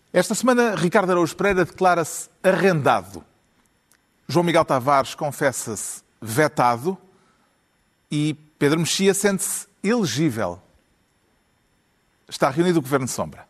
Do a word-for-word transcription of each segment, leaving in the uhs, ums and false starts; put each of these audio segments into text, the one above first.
Esta semana, Ricardo Araújo Pereira declara-se arrendado. João Miguel Tavares confessa-se vetado e Pedro Mexia sente-se elegível. Está reunido o Governo Sombra.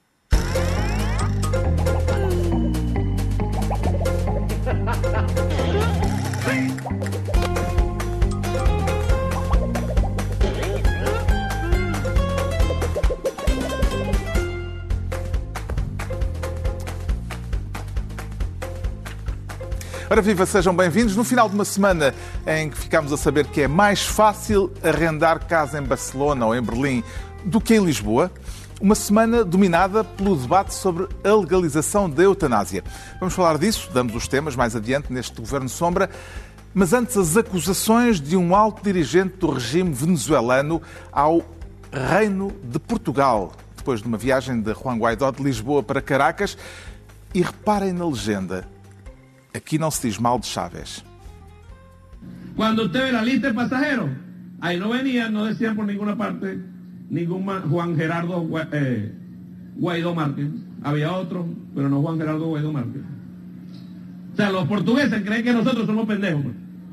Ora viva, sejam bem-vindos. No final de uma semana em que ficámos a saber que é mais fácil arrendar casa em Barcelona ou em Berlim do que em Lisboa, uma semana dominada pelo debate sobre a legalização da eutanásia. Vamos falar disso, damos os temas mais adiante neste Governo Sombra, mas antes as acusações de um alto dirigente do regime venezuelano ao Reino de Portugal, depois de uma viagem de Juan Guaidó de Lisboa para Caracas. E reparem na legenda. Aquí no se dice mal de Chávez. Cuando usted ve la lista de pasajeros, ahí no venían, no decían por ninguna parte ningún Juan Gerardo eh, Guaidó Márquez. Había otro, pero no Juan Gerardo Guaidó Márquez. O sea, los portugueses creen que nosotros somos pendejos.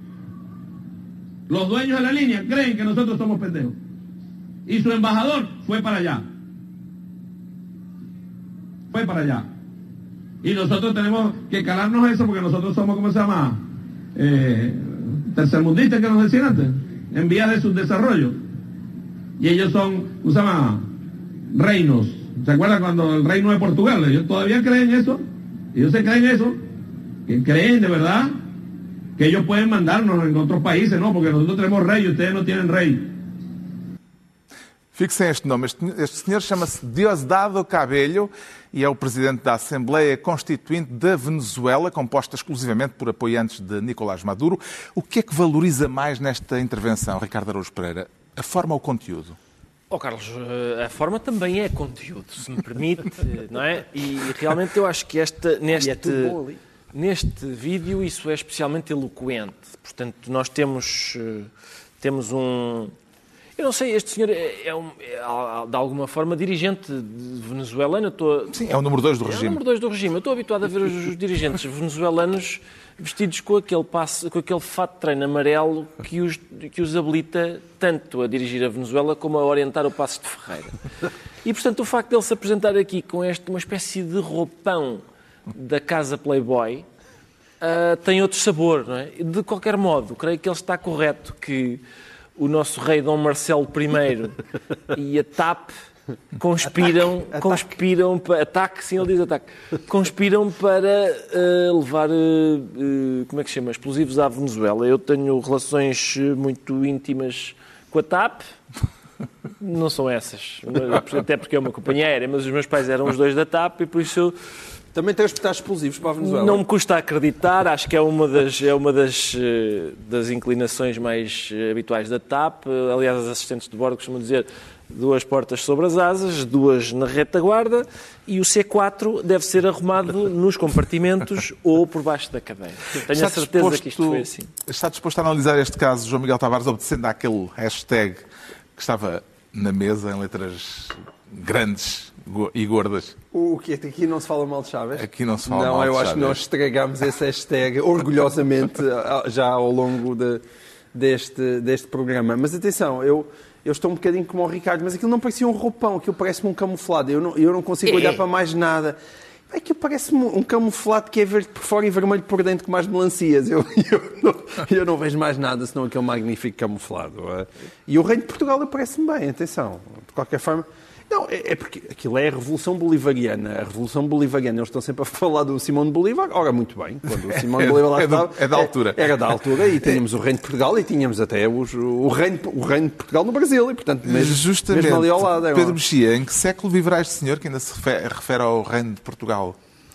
Los dueños de la línea creen que nosotros somos pendejos. Y su embajador fue para allá. Fue para allá. Y nosotros tenemos que calarnos eso porque nosotros somos, ¿cómo se llama? Eh, tercermundistas, que nos decían antes, en vías de subdesarrollo. Y ellos son, ¿cómo se llama? Reinos. ¿Se acuerdan cuando el reino de Portugal? Ellos todavía creen eso. Ellos se creen eso. Que creen de verdad que ellos pueden mandarnos en otros países, ¿no? Porque nosotros tenemos rey y ustedes no tienen rey. Fixem este nome. Este, este senhor chama-se Diosdado Cabello e é o presidente da Assembleia Constituinte da Venezuela, composta exclusivamente por apoiantes de Nicolás Maduro. O que é que valoriza mais nesta intervenção, Ricardo Araújo Pereira? A forma ou o conteúdo? Oh, Carlos, a forma também é conteúdo, se me permite, não é? E realmente eu acho que esta, neste, neste vídeo isso é especialmente eloquente. Portanto, nós temos, temos um... Eu não sei, este senhor é, é, um, é de alguma forma dirigente venezuelano. Eu estou... Sim, é o número dois do regime. É o número dois do regime. Eu estou habituado a ver os, os dirigentes venezuelanos vestidos com aquele, passe, com aquele fato de treino amarelo que os, que os habilita tanto a dirigir a Venezuela como a orientar o Passos de Ferreira. E, portanto, o facto de ele se apresentar aqui com este, uma espécie de roupão da casa Playboy uh, tem outro sabor, não é? De qualquer modo, creio que ele está correto que o nosso rei Dom Marcelo primeiro e a T A P conspiram, ataque. conspiram para... Ataque, sim, ele diz ataque. Conspiram para uh, levar, uh, uh, como é que se chama, explosivos à Venezuela. Eu tenho relações muito íntimas com a T A P. Não são essas, até porque é uma companhia aérea, mas os meus pais eram os dois da T A P e por isso eu... Também tem hospitais explosivos para a Venezuela? Não me custa acreditar, acho que é uma das, é uma das, das inclinações mais habituais da T A P. Aliás, os assistentes de bordo costumam dizer duas portas sobre as asas, duas na retaguarda e o C quatro deve ser arrumado nos compartimentos ou por baixo da cadeira. Tenho está a certeza disposto, que isto foi assim. Está disposto a analisar este caso, João Miguel Tavares, obedecendo àquele hashtag que estava na mesa em letras grandes e gordas? O que aqui não se fala mal de Chávez? Aqui não se fala não, mal de Não, eu acho Chávez. que nós estragámos esse hashtag orgulhosamente já ao longo de, deste, deste programa. Mas atenção, eu, eu estou um bocadinho como o Ricardo, mas aquilo não parecia um roupão, aquilo parece-me um camuflado. Eu não, eu não consigo olhar é. para mais nada. Aquilo parece-me um camuflado que é verde por fora e vermelho por dentro com mais melancias. Eu, eu, não, eu não vejo mais nada senão aquele magnífico camuflado. E o Reino de Portugal parece-me bem, atenção. De qualquer forma... Não, é, é porque aquilo é a Revolução Bolivariana. A Revolução Bolivariana, eles estão sempre a falar do Simão de Bolívar. Ora, muito bem, quando o Simão de Bolívar lá é, estava... Do, é da altura. É, era da altura e tínhamos o Reino de Portugal e tínhamos até os, o, Reino, o Reino de Portugal no Brasil. E, portanto, mesmo, Justamente, mesmo ali ao lado. É Pedro Mexia, em que século viverá este senhor que ainda se refere, refere ao Reino de Portugal?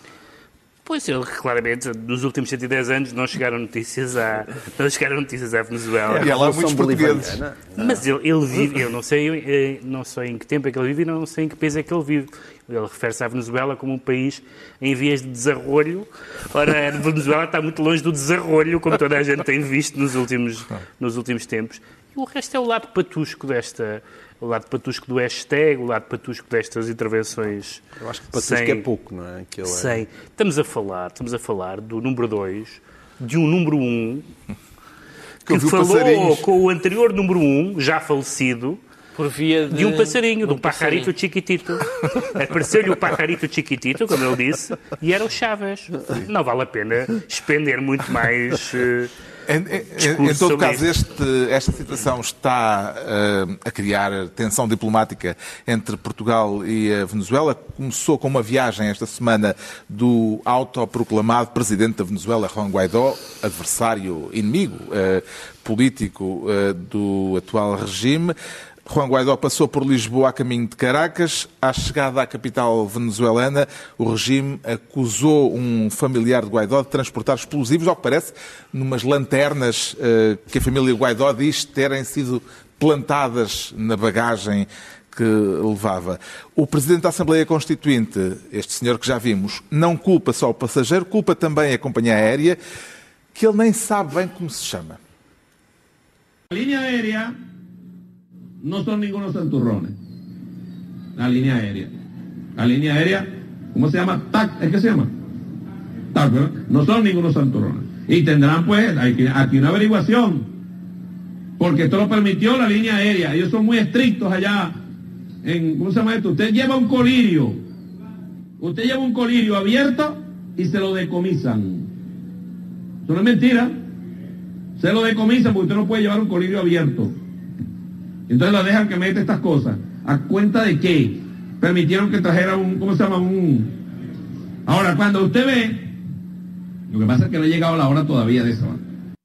Pois, ele, claramente, nos últimos cento e dez anos não chegaram notícias à, não chegaram notícias à Venezuela. E há lá muitos portugueses. Mas ele, ele vive, eu não sei, não sei em que tempo é que ele vive e não sei em que país é que ele vive. Ele refere-se à Venezuela como um país em vias de desarrolho. Ora, a Venezuela está muito longe do desarrolho, como toda a gente tem visto nos últimos, nos últimos tempos. E o resto é o lado patusco desta... O lado patusco do hashtag, o lado patusco destas intervenções. Eu acho que patusco sem, é pouco, não é? Aquilo sem. É... Estamos a falar, estamos a falar do número dois, de um número um, que, que falou passarinhos. Com o anterior número um, já falecido, por via de, de um passarinho, de um, um pajarito chiquitito. Apareceu-lhe o pajarito chiquitito, como ele disse, e era o Chaves. Não vale a pena expender muito mais... Uh, Em, em, em todo caso, este, esta situação está uh, a criar tensão diplomática entre Portugal e a Venezuela. Começou com uma viagem esta semana do autoproclamado presidente da Venezuela, Juan Guaidó, adversário, inimigo uh, político uh, do atual regime. Juan Guaidó passou por Lisboa a caminho de Caracas. À chegada à capital venezuelana, o regime acusou um familiar de Guaidó de transportar explosivos, ao que parece, numas lanternas eh, que a família Guaidó diz terem sido plantadas na bagagem que levava. O Presidente da Assembleia Constituinte, este senhor que já vimos, não culpa só o passageiro, culpa também a companhia aérea, que ele nem sabe bem como se chama. A linha aérea no son ningunos santurrones. La línea aérea. La línea aérea, ¿cómo se llama? TAC, ¿es que se llama? TAC, ¿verdad? No son ningunos santurrones. Y tendrán, pues, aquí, aquí una averiguación. Porque esto lo permitió la línea aérea. Ellos son muy estrictos allá en, ¿cómo se llama esto? Usted lleva un colirio. Usted lleva un colirio abierto y se lo decomisan. Eso no es mentira. Se lo decomisan porque usted no puede llevar un colirio abierto. Entonces la dejan que mete estas cosas. ¿A cuenta de qué? Permitieron que trajera un, ¿cómo se llama? Un... Ahora, cuando usted ve, lo que pasa es que no ha llegado la hora todavía de eso.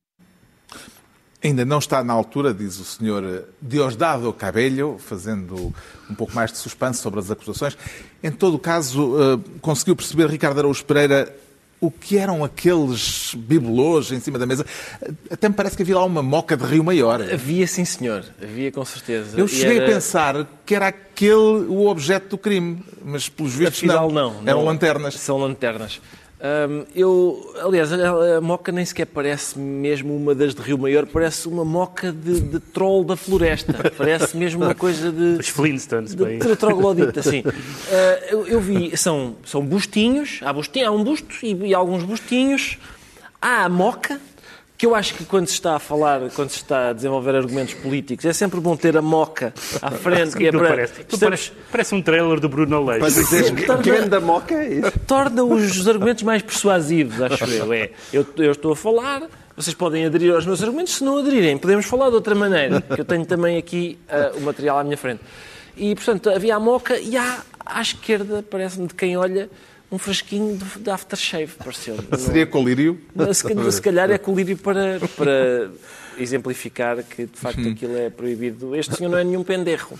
Ainda não está na altura, diz o senhor Diosdado Cabello, fazendo um pouco mais de suspense sobre as acusações. Em todo o caso, conseguiu perceber, Ricardo Araújo Pereira, o que eram aqueles bibelôs em cima da mesa? Até me parece que havia lá uma moca de Rio Maior. Havia, sim, senhor. Havia, com certeza. Eu cheguei era... a pensar que era aquele o objeto do crime, mas pelos vistos não. não. não. Eram não. lanternas. São lanternas. Um, eu, aliás, a, a moca nem sequer parece mesmo uma das de Rio Maior, parece uma moca de, de troll da floresta. Parece mesmo uma coisa de... Os Flintstones, de, de troglodita, assim. Uh, eu, eu vi, são, são bustinhos, há, bustinho, há um busto e, e alguns bustinhos. Há a moca, que eu acho que quando se está a falar, quando se está a desenvolver argumentos políticos, é sempre bom ter a moca à frente. Que é para, parece? estamos... parece? Parece um trailer do Bruno Leix. Para dizer que torna, grande a moca é isso. Torna os argumentos mais persuasivos, acho eu. É, eu. Eu estou a falar, vocês podem aderir aos meus argumentos, se não aderirem, podemos falar de outra maneira, que eu tenho também aqui uh, o material à minha frente. E, portanto, havia a moca e há, à esquerda, parece-me, de quem olha, um frasquinho de, de aftershave, pareceu. Seria colírio? Se, se calhar é colírio para, para exemplificar que, de facto, aquilo é proibido. Este senhor não é nenhum penderro.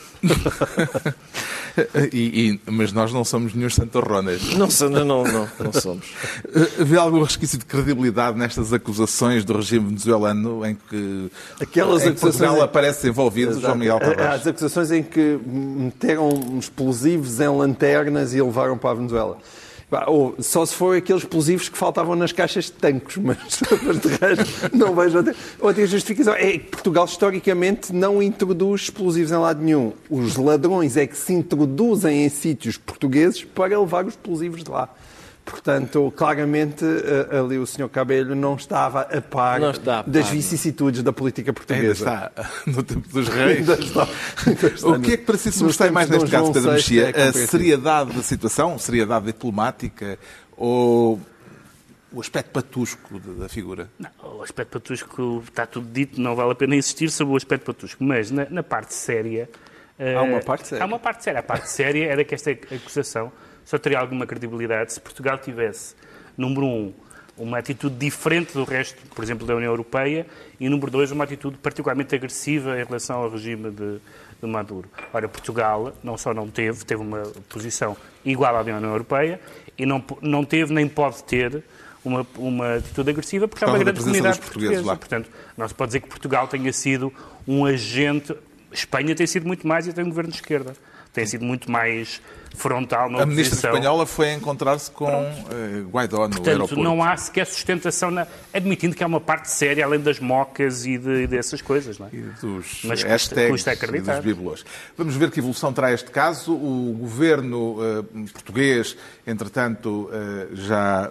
e, e, mas nós não somos nenhum santorrones. Não, não, não, não, não somos. Vê algum resquício de credibilidade nestas acusações do regime venezuelano em que, Aquelas em que Portugal em... aparece envolvido, João Miguel Tavares? As acusações em que meteram explosivos em lanternas e levaram para a Venezuela. Ou, só se for aqueles explosivos que faltavam nas caixas de tanques, mas, mas de resto não vejo outra, outra justificação. É que Portugal historicamente não introduz explosivos em lado nenhum. Os ladrões é que se introduzem em sítios portugueses para levar os explosivos de lá. Portanto, claramente, ali o senhor Cabello não estava a par está a par, das vicissitudes da política portuguesa. Ainda está no tempo dos reis. Ainda está. Ainda está. O que é que para si sobressai mais neste caso, Pedro Mexia? É a seriedade da situação, seriedade diplomática ou o aspecto patusco da figura? Não, o aspecto patusco está tudo dito, não vale a pena insistir sobre o aspecto patusco, mas na, na parte séria... Há uma parte séria. Há uma parte séria. A parte séria era que esta acusação só teria alguma credibilidade se Portugal tivesse, número um, uma atitude diferente do resto, por exemplo, da União Europeia, e, número dois, uma atitude particularmente agressiva em relação ao regime de, de Maduro. Ora, Portugal não só não teve, teve uma posição igual à da União Europeia, e não, não teve nem pode ter uma, uma atitude agressiva, porque há uma grande comunidade portuguesa. Lá. Portanto, não se pode dizer que Portugal tenha sido um agente... Espanha tem sido muito mais e tem um governo de esquerda. Tem sido muito mais frontal na A ministra oposição. espanhola foi encontrar-se com uh, Guaidó no Portanto, aeroporto. não há sequer sustentação, na... admitindo que há uma parte séria, além das mocas e, de, e dessas coisas. Não é? E dos Mas hashtags custa e acreditar. dos bibelôs. Vamos ver que evolução terá este caso. O governo uh, português, entretanto, uh, já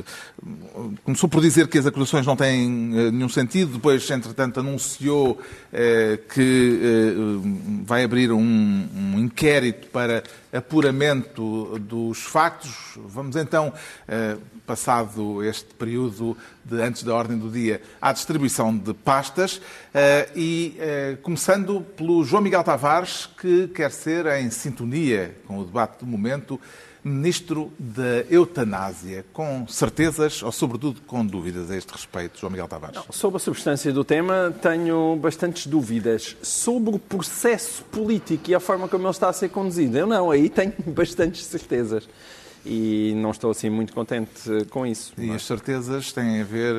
uh, começou por dizer que as acusações não têm uh, nenhum sentido. Depois, entretanto, anunciou uh, que uh, vai abrir um, um inquérito para apuramento dos factos. Vamos então, passado este período de antes da ordem do dia, à distribuição de pastas e começando pelo João Miguel Tavares, que quer ser, em sintonia com o debate do momento, Ministro da Eutanásia, com certezas ou, sobretudo, com dúvidas a este respeito, João Miguel Tavares? Não, sobre a substância do tema, tenho bastantes dúvidas. Sobre o processo político e a forma como ele está a ser conduzido, eu não, aí tenho bastantes certezas. E não estou, assim, muito contente com isso. E as certezas têm a ver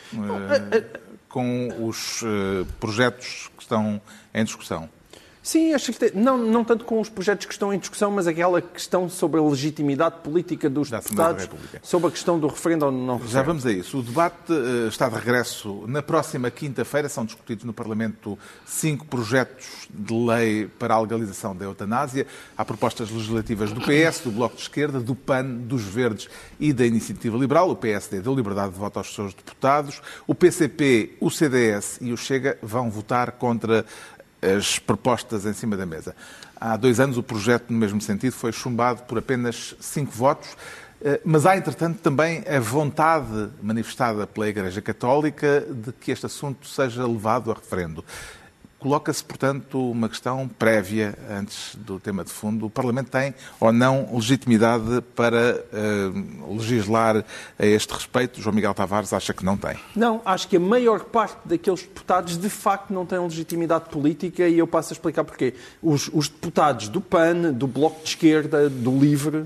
uh, com os uh, projetos que estão em discussão? Sim, acho que não, não tanto com os projetos que estão em discussão, mas aquela questão sobre a legitimidade política dos da Assembleia da deputados, República. sobre a questão do referendo ou não referendo. Já vamos a isso. O debate uh, está de regresso na próxima quinta-feira. São discutidos no Parlamento cinco projetos de lei para a legalização da eutanásia. Há propostas legislativas do P S, do Bloco de Esquerda, do P A N, dos Verdes e da Iniciativa Liberal. O P S D deu liberdade de voto aos seus deputados. O P C P, o C D S e o Chega vão votar contra as propostas em cima da mesa. Há dois anos o projeto, no mesmo sentido, foi chumbado por apenas cinco votos, mas há, entretanto, também a vontade manifestada pela Igreja Católica de que este assunto seja levado a referendo. Coloca-se, portanto, uma questão prévia antes do tema de fundo. O Parlamento tem ou não legitimidade para uh, legislar a este respeito? João Miguel Tavares acha que não tem. Não, acho que a maior parte daqueles deputados de facto não têm legitimidade política e eu passo a explicar porquê. Os, os deputados do P A N, do Bloco de Esquerda, do LIVRE,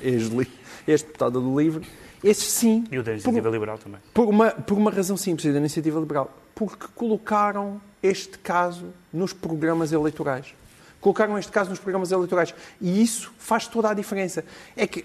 este deputado do LIVRE, esses sim... E o da Iniciativa por, Liberal também. Por uma, por uma razão simples, da Iniciativa Liberal. Porque colocaram este caso nos programas eleitorais. Colocaram este caso nos programas eleitorais. E isso faz toda a diferença. É que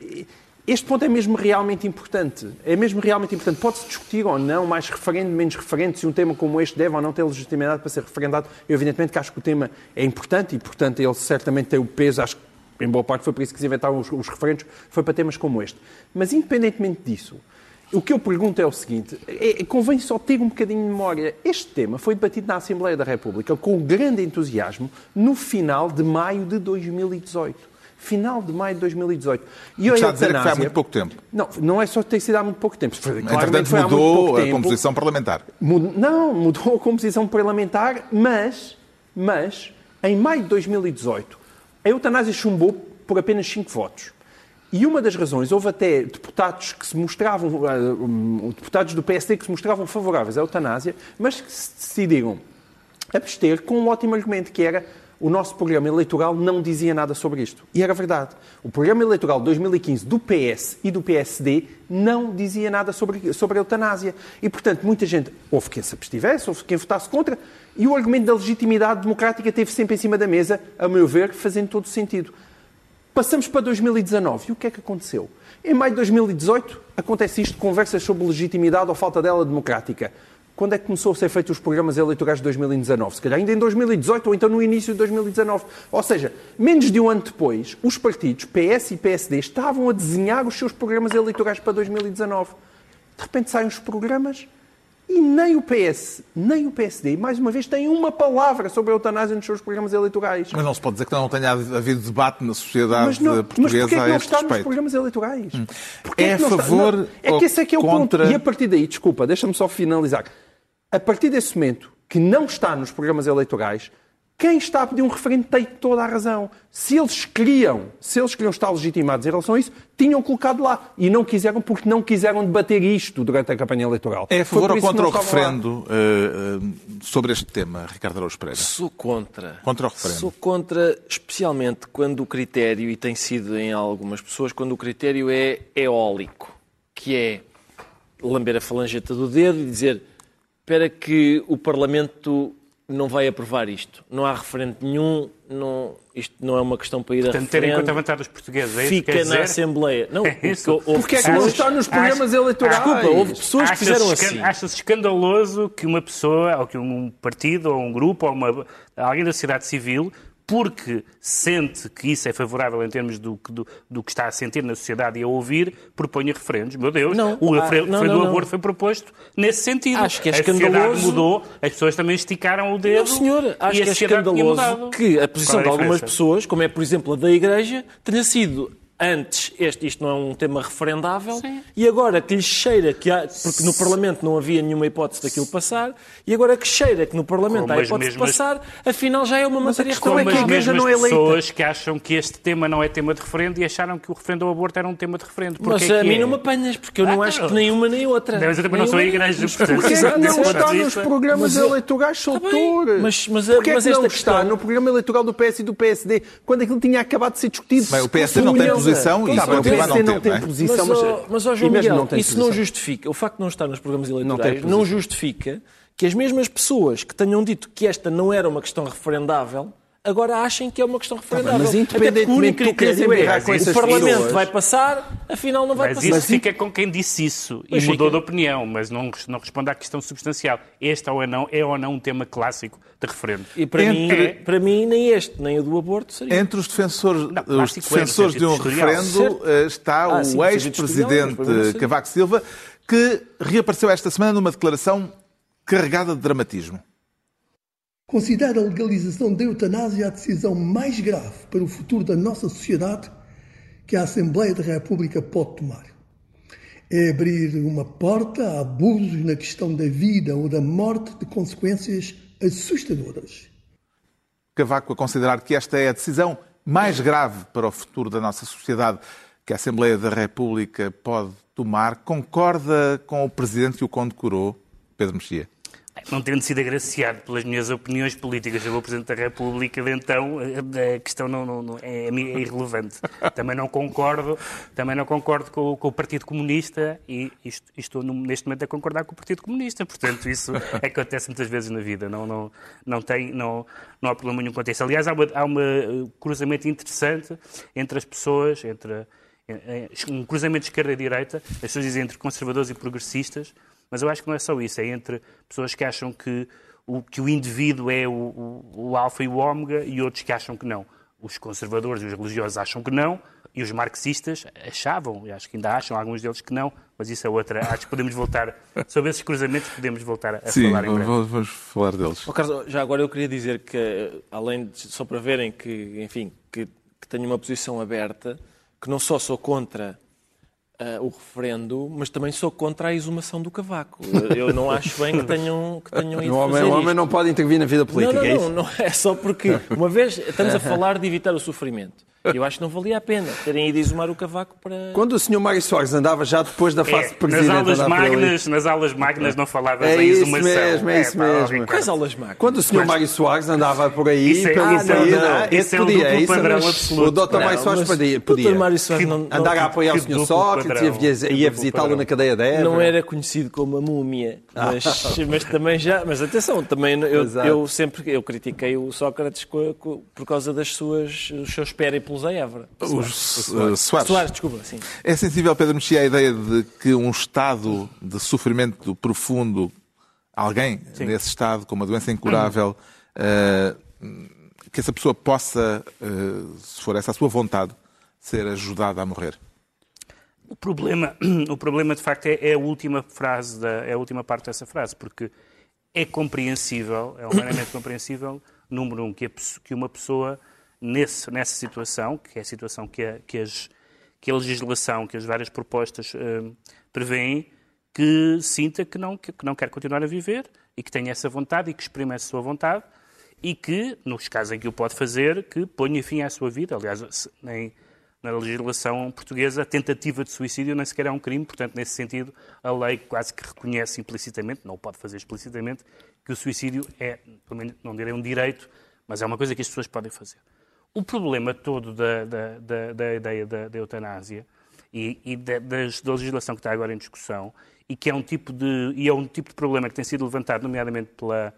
este ponto é mesmo realmente importante. É mesmo realmente importante. Pode-se discutir ou não mais referendo, menos referendo, se um tema como este deve ou não ter legitimidade para ser referendado. Eu, evidentemente, que acho que o tema é importante e, portanto, ele certamente tem o peso, acho que em boa parte foi por isso que se inventaram os, os referendos, foi para temas como este. Mas, independentemente disso, o que eu pergunto é o seguinte, é, convém só ter um bocadinho de memória. Este tema foi debatido na Assembleia da República com grande entusiasmo no final de maio de dois mil e dezoito. Final de maio de dois mil e dezoito. E está a dizer que foi há muito pouco tempo. Não, não é só ter sido há muito pouco tempo. Foi, Entretanto, foi mudou a composição parlamentar. Mud, não, mudou a composição parlamentar, mas, mas, em maio de dois mil e dezoito, a eutanásia chumbou por apenas cinco votos. E uma das razões, houve até deputados que se mostravam, uh, deputados do P S D que se mostravam favoráveis à eutanásia, mas que se decidiram abster com um ótimo argumento, que era o nosso programa eleitoral não dizia nada sobre isto. E era verdade. O programa eleitoral de dois mil e quinze do P S e do P S D não dizia nada sobre, sobre a eutanásia. E, portanto, muita gente, houve quem se abstivesse, houve quem votasse contra, e o argumento da legitimidade democrática esteve sempre em cima da mesa, a meu ver, fazendo todo o sentido. Passamos para dois mil e dezanove. E o que é que aconteceu? Em maio de dois mil e dezoito, acontece isto, conversas sobre legitimidade ou falta dela democrática. Quando é que começou a ser feitos os programas eleitorais de dois mil e dezanove? Se calhar ainda em dois mil e dezoito ou então no início de dois mil e dezanove. Ou seja, menos de um ano depois, os partidos P S e P S D estavam a desenhar os seus programas eleitorais para dois mil e dezanove. De repente saem os programas e nem o P S, nem o P S D, mais uma vez, têm uma palavra sobre a eutanásia nos seus programas eleitorais. Mas não se pode dizer que não tenha havido debate na sociedade mas não, portuguesa mas porquê é que a não este está respeito? Nos programas eleitorais? Hum. Porquê É, é a que não favor está... não, é que esse é que é o contra... ponto. E a partir daí, desculpa, deixa-me só finalizar. A partir desse momento, que não está nos programas eleitorais, quem está a pedir um referendo tem toda a razão. Se eles queriam, se eles queriam estar legitimados em relação a isso, tinham colocado lá. E não quiseram porque não quiseram debater isto durante a campanha eleitoral. É a favor ou contra o referendo uh, uh, sobre este tema, Ricardo Araújo Pereira? Sou contra. Contra o referendo? Sou contra, especialmente quando o critério, e tem sido em algumas pessoas, quando o critério é eólico, que é lamber a falangeta do dedo e dizer espera que o Parlamento não vai aprovar isto. Não há referendo nenhum, não, isto não é uma questão para ir Portanto, a referendo. ter em conta a vontade dos portugueses, é isso Fica que quer na dizer? Assembleia. Não, É isso. Porque é que não está nos programas eleitorais? Desculpa, houve pessoas que fizeram Achas assim. Achas escandaloso que uma pessoa, ou que um partido, ou um grupo, ou uma, alguém da sociedade civil, porque sente que isso é favorável em termos do, do, do que está a sentir na sociedade e a ouvir, proponha referendos. Meu Deus, Não, o ah, referendo não, não, do não. aborto foi proposto nesse sentido. Acho que é a sociedade escandaloso. mudou, as pessoas também esticaram o dedo. Não, senhor, acho e a que é sociedade tinha escandaloso mudado. que a posição Qual é de a algumas diferença? pessoas, como é, por exemplo, a da Igreja, tenha sido antes, este, isto não é um tema referendável, Sim. e agora que lhe cheira que há, porque no Parlamento não havia nenhuma hipótese daquilo passar, e agora que cheira que no Parlamento Como há as hipótese de mesmas- passar, afinal já é uma matéria questão Como é que a as referendável. Igreja mesmas não é eleita. pessoas que acham que este tema não é tema de referendo e acharam que o referendo ao aborto era um tema de referendo. Mas Porquê a que mim é? não me apanhas, porque eu não Ah, acho não. que nem uma nem outra. Mas eu também não Nem sou a uma, Igreja, nem- portanto, Porque é que Exato, não desse está ponto de nos vista. programas Mas eu- eleitorais, Está bem, Soutor? mas- mas- Porquê é mas que não esta está questão- no programa eleitoral do P S e do P S D, quando aquilo tinha acabado de ser discutido? Bem, o P S D não tem Com posição e Tá bem, continua o P S D a não não ter, tem não é? posição, mas, mas, ó, mas ó, e João mesmo Miguel, não tem isso não posição. justifica, o facto de não estar nos programas tem eleitorais posição. não justifica que as mesmas pessoas que tenham dito que esta não era uma questão referendável, agora achem que é uma questão referendável. mas Até porque o independentemente único de tu queres critério embirrar é, com o essas Parlamento pessoas- vai passar, afinal não vai Mas passar. isso fica com quem disse isso Pois e mudou fica. de opinião, mas não, não responde à questão substancial. Este ou não é ou não um tema clássico de referendo. E para, Entre- mim, para mim, nem este, nem o do aborto seria. Entre os defensores, Não, os clássico é, no defensores de um sentido historial. referendo eh, está Ah, o sim, no sentido historial, mas ex-presidente para mim não seria. Cavaco Silva, que reapareceu esta semana numa declaração carregada de dramatismo. Considera a legalização da eutanásia a decisão mais grave para o futuro da nossa sociedade que a Assembleia da República pode tomar. É abrir uma porta a abusos na questão da vida ou da morte de consequências assustadoras. Cavaco a considerar que esta é a decisão mais grave para o futuro da nossa sociedade que a Assembleia da República pode tomar. Concorda com o Presidente que o condecorou, Pedro Mexia? Não tendo sido agraciado pelas minhas opiniões políticas sobre o Presidente da República, então a questão não, não- não- é, é irrelevante. Também não concordo, também não concordo com, o- com o Partido Comunista e, isto- e estou no- neste momento a concordar com o Partido Comunista. Portanto, isso acontece muitas vezes na vida. Não, não, não, tem, não, não há problema nenhum quanto a isso. Aliás, há uma- há uma, uh, cruzamento interessante entre as pessoas, entre a- é- é um cruzamento de esquerda e direita. As pessoas dizem entre conservadores e progressistas. Mas eu acho que não é só isso, é entre pessoas que acham que o, que o indivíduo é o, o, o alfa e o ômega e outros que acham que não. Os conservadores e os religiosos acham que não e os marxistas achavam, e acho que ainda acham, alguns deles que não, mas isso é outra. Acho que podemos voltar, sobre esses cruzamentos podemos voltar a Sim, falar em breve. vamos, vamos falar deles. Oh, Carlos, já agora eu queria dizer que, além de, só para verem que, enfim, que, que tenho uma posição aberta, que não só sou contra uh, o referendo, mas também sou contra a exumação do Cavaco. Eu não acho bem que tenham, que tenham ido O homem, fazer o homem isto. não pode intervir na vida política, não, é não, isso? não, não é só porque, uma vez, estamos a falar de evitar o sofrimento. Eu acho que não valia a pena terem ido exumar o Cavaco para... Quando o senhor Mário Soares andava já depois da fase de É, nas presidente... aulas andava por ali. magnas, nas aulas magnas não falava É em isso exumação. mesmo, é isso pá, mesmo. Ricardo. Quais aulas magnas? Quando o senhor Mário Soares andava por aí... Isso é- pelo ah, não, país, não, esse isso é um podia, duplo isso padrão mas absoluto. O doutor Não, Mário Soares mas podia. o doutor podia. Mário Soares não- não- Andar a apoiar que o senhor duplo Sócrates, padrão, ia, que ia duplo visitá-lo padrão. na cadeia da Évora. Não era conhecido como a múmia, mas, mas também já... Mas atenção, também eu, Exato. eu sempre eu critiquei o Sócrates co- co- por causa das suas, os seus périplos a Évora. Os uh, Soares. Soares, desculpa, sim. É sensível, Pedro Mexia, a ideia de que um estado de sofrimento profundo, alguém nesse estado com uma doença incurável, eh, que essa pessoa possa, eh, se for essa a sua vontade, ser ajudada a morrer? O problema, o problema de facto, é, é a última frase, da, é a última parte dessa frase, porque é compreensível, é humanamente compreensível, número um, que, a, que uma pessoa nesse, nessa situação, que é a situação que a, que as, que a legislação, que as várias propostas eh, prevêem, que sinta que não, que, que não quer continuar a viver e que tenha essa vontade e que exprima essa sua vontade e que, nos casos em que o pode fazer, que ponha fim à sua vida. Aliás, se- nem, na legislação portuguesa, a tentativa de suicídio nem sequer é um crime, portanto, nesse sentido, a lei quase que reconhece implicitamente, não o pode fazer explicitamente, que o suicídio é, pelo menos, não direi um direito, mas é uma coisa que as pessoas podem fazer. O problema todo da, da, da, da ideia da, da eutanásia e, e da, das- da legislação que está agora em discussão, e que é um tipo de, e é um tipo de problema que tem sido levantado, nomeadamente pela,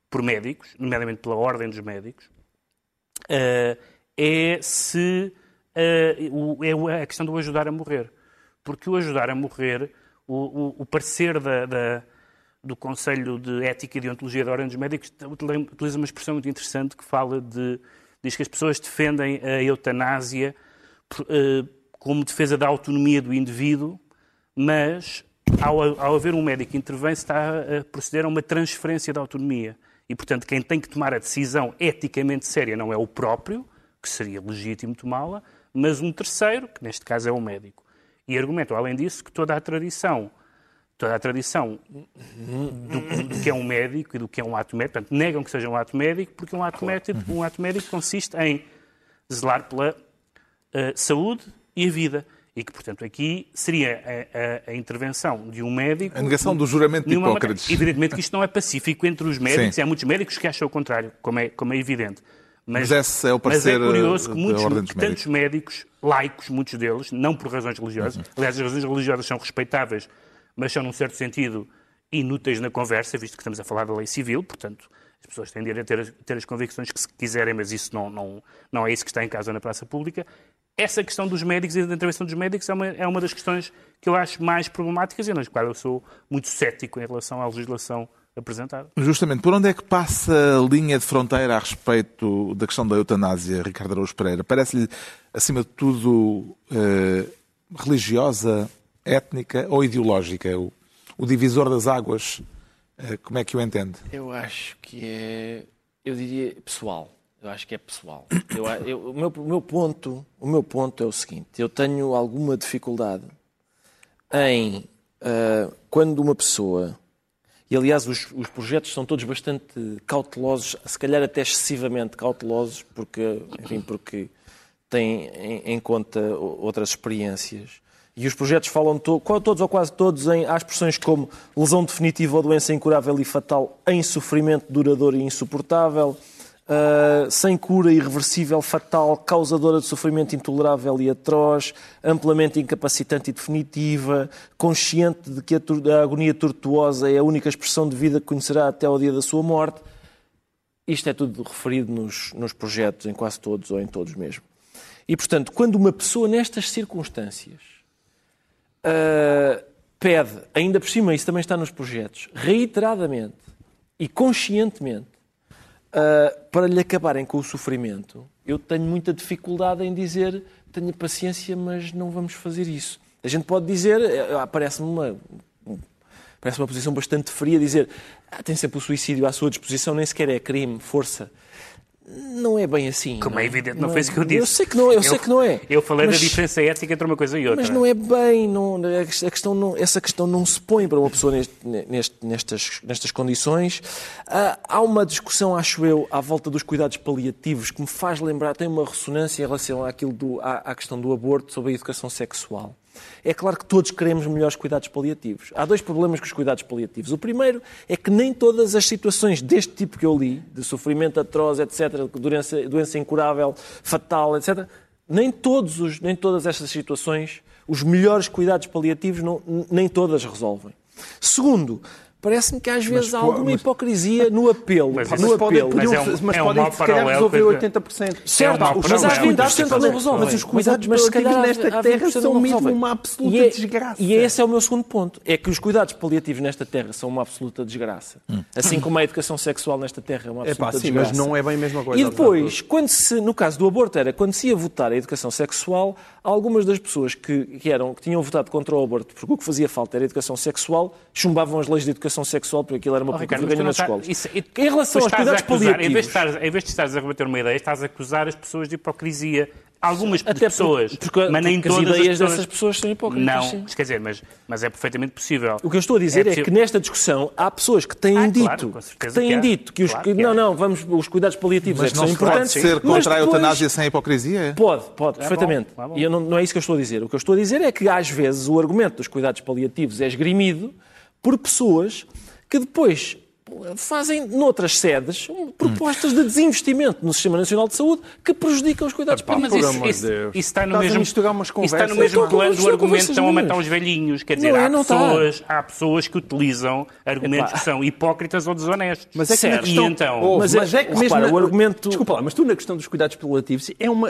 por médicos, nomeadamente pela Ordem dos Médicos, uh, é se uh, o, é a questão do ajudar a morrer. Porque o ajudar a morrer, o, o, o parecer da, da, do Conselho de Ética e Deontologia da Ordem dos Médicos utiliza uma expressão muito interessante que fala de, diz que as pessoas defendem a eutanásia uh, como defesa da autonomia do indivíduo, mas ao, ao haver um médico que intervém, se está a proceder a uma transferência da autonomia. E, portanto, quem tem que tomar a decisão eticamente séria não é o próprio, que seria legítimo tomá-la, mas um terceiro, que neste caso é o médico. E argumentam, além disso, que toda a tradição, toda a tradição do, do que é um médico e do que é um ato médico, portanto, negam que seja um ato médico, porque um ato médico, um ato médico consiste em zelar pela uh, saúde e a vida. E que, portanto, aqui seria a, a, a intervenção de um médico... A negação do juramento de Hipócrates. Maneira. Evidentemente que isto não é pacífico entre os médicos, Sim. e há muitos médicos que acham o contrário, como é, como é evidente. Mas, mas esse é o parecer mas é curioso que muitos, tantos médicos. médicos, laicos, muitos deles, não por razões religiosas, uhum. aliás, as razões religiosas são respeitáveis, mas são, num certo sentido, inúteis na conversa, visto que estamos a falar da lei civil, portanto, as pessoas têm direito a ter, ter as convicções que se quiserem, mas isso não, não, não é isso que está em causa na praça pública. Essa questão dos médicos e da intervenção dos médicos é uma, é uma das questões que eu acho mais problemáticas e nas quais eu sou muito cético em relação à legislação apresentada. Justamente, por onde é que passa a linha de fronteira a respeito da questão da eutanásia, Ricardo Araújo Pereira? Parece-lhe, acima de tudo, eh, religiosa, étnica ou ideológica? O, o divisor das águas, eh, como é que o entende? Eu acho que é, eu diria, pessoal. Eu acho que é pessoal. Eu, eu, o, meu, o, meu ponto, o meu ponto é o seguinte. Eu tenho alguma dificuldade em, uh, quando uma pessoa... E, aliás, os, os projetos são todos bastante cautelosos, se calhar até excessivamente cautelosos, porque, enfim, porque têm em, em conta outras experiências. E os projetos falam to, todos ou quase todos em há expressões como lesão definitiva ou doença incurável e fatal em sofrimento duradouro e insuportável, Uh, sem cura, irreversível, fatal, causadora de sofrimento intolerável e atroz, amplamente incapacitante e definitiva, consciente de que a, a agonia tortuosa é a única expressão de vida que conhecerá até ao dia da sua morte. Isto é tudo referido nos, nos projetos, em quase todos ou em todos mesmo. E, portanto, quando uma pessoa nestas circunstâncias uh, pede, ainda por cima, isso também está nos projetos, reiteradamente e conscientemente, Uh, para lhe acabarem com o sofrimento, eu tenho muita dificuldade em dizer tenha paciência, mas não vamos fazer isso. A gente pode dizer, parece-me uma, parece uma posição bastante fria, dizer ah, tem sempre o suicídio à sua disposição, nem sequer é crime, força. Não é bem assim. Como não é evidente, não, não foi isso que eu disse. Eu sei que não, eu, eu sei que não é. Eu falei mas, da diferença ética entre uma coisa e outra. Mas não é bem. Não, a questão não, essa questão não se põe para uma pessoa neste, neste, nestas, nestas condições. Ah, há uma discussão, acho eu, à volta dos cuidados paliativos que me faz lembrar, tem uma ressonância em relação àquilo do, à, à questão do aborto sobre a educação sexual. É claro que todos queremos melhores cuidados paliativos. Há dois problemas com os cuidados paliativos. O primeiro é que nem todas as situações deste tipo que eu li, de sofrimento atroz, etcétera, doença, doença incurável, fatal, etcétera, nem, todos os, nem todas estas situações, os melhores cuidados paliativos, não, nem todas resolvem. Segundo, parece-me que às vezes mas, há alguma mas... hipocrisia no apelo. Mas, no mas apelo. Podem, mas é um, mas é um podem, se calhar, resolver oitenta por cento. Certo, é um mas há vinte por cento não resolvem. Mas os cuidados mas, paliativos mas, nesta terra são mesmo uma absoluta e é, desgraça. E esse é o meu segundo ponto. É que os cuidados paliativos nesta terra são uma absoluta desgraça. Hum. Assim como a educação sexual nesta terra é uma absoluta é pá, sim, desgraça. Mas não é bem a mesma coisa. E depois, quando se, no caso do aborto, era quando se ia votar a educação sexual, algumas das pessoas que, que, eram, que tinham votado contra o aborto porque o que fazia falta era a educação sexual, chumbavam as leis de educação sexual porque aquilo era uma pouca vergonha nas escolas. Isso, em relação aos cuidados acusar, paliativos... Em vez, de estares, em vez de estares a rebater uma ideia, estás a acusar as pessoas de hipocrisia. Algumas Até pessoas, porque, mas nem porque todas as ideias as pessoas... dessas pessoas são hipócritas. Não, sim. quer dizer, mas, mas é perfeitamente possível. O que eu estou a dizer é, é que nesta discussão há pessoas que têm ah, dito, claro, que têm que dito que os claro que não, não, vamos os cuidados paliativos mas é que são importantes. Pode ser contra a eutanásia sem hipocrisia? Pode, pode, é perfeitamente. Bom, é bom. E eu não, não é isso que eu estou a dizer. O que eu estou a dizer é que às vezes o argumento dos cuidados paliativos é esgrimido por pessoas que depois fazem, noutras sedes, propostas de desinvestimento no Sistema Nacional de Saúde que prejudicam os cuidados Mas paliativos. isso, isso, isso está no Estás a mesmo, misturar umas isso conversas. está no mesmo Não, plano não, do argumento que conversas estão a matar nenhumas. os velhinhos. Quer dizer, Não é, há, não está. pessoas, há pessoas que utilizam argumentos Epá. que são hipócritas ou desonestos. Mas é que na Certo. questão... E então? Oh, Mas mas, é- é, que mesmo... repara, o argumento- Desculpa lá, mas tu na questão dos cuidados paliativos, é uma...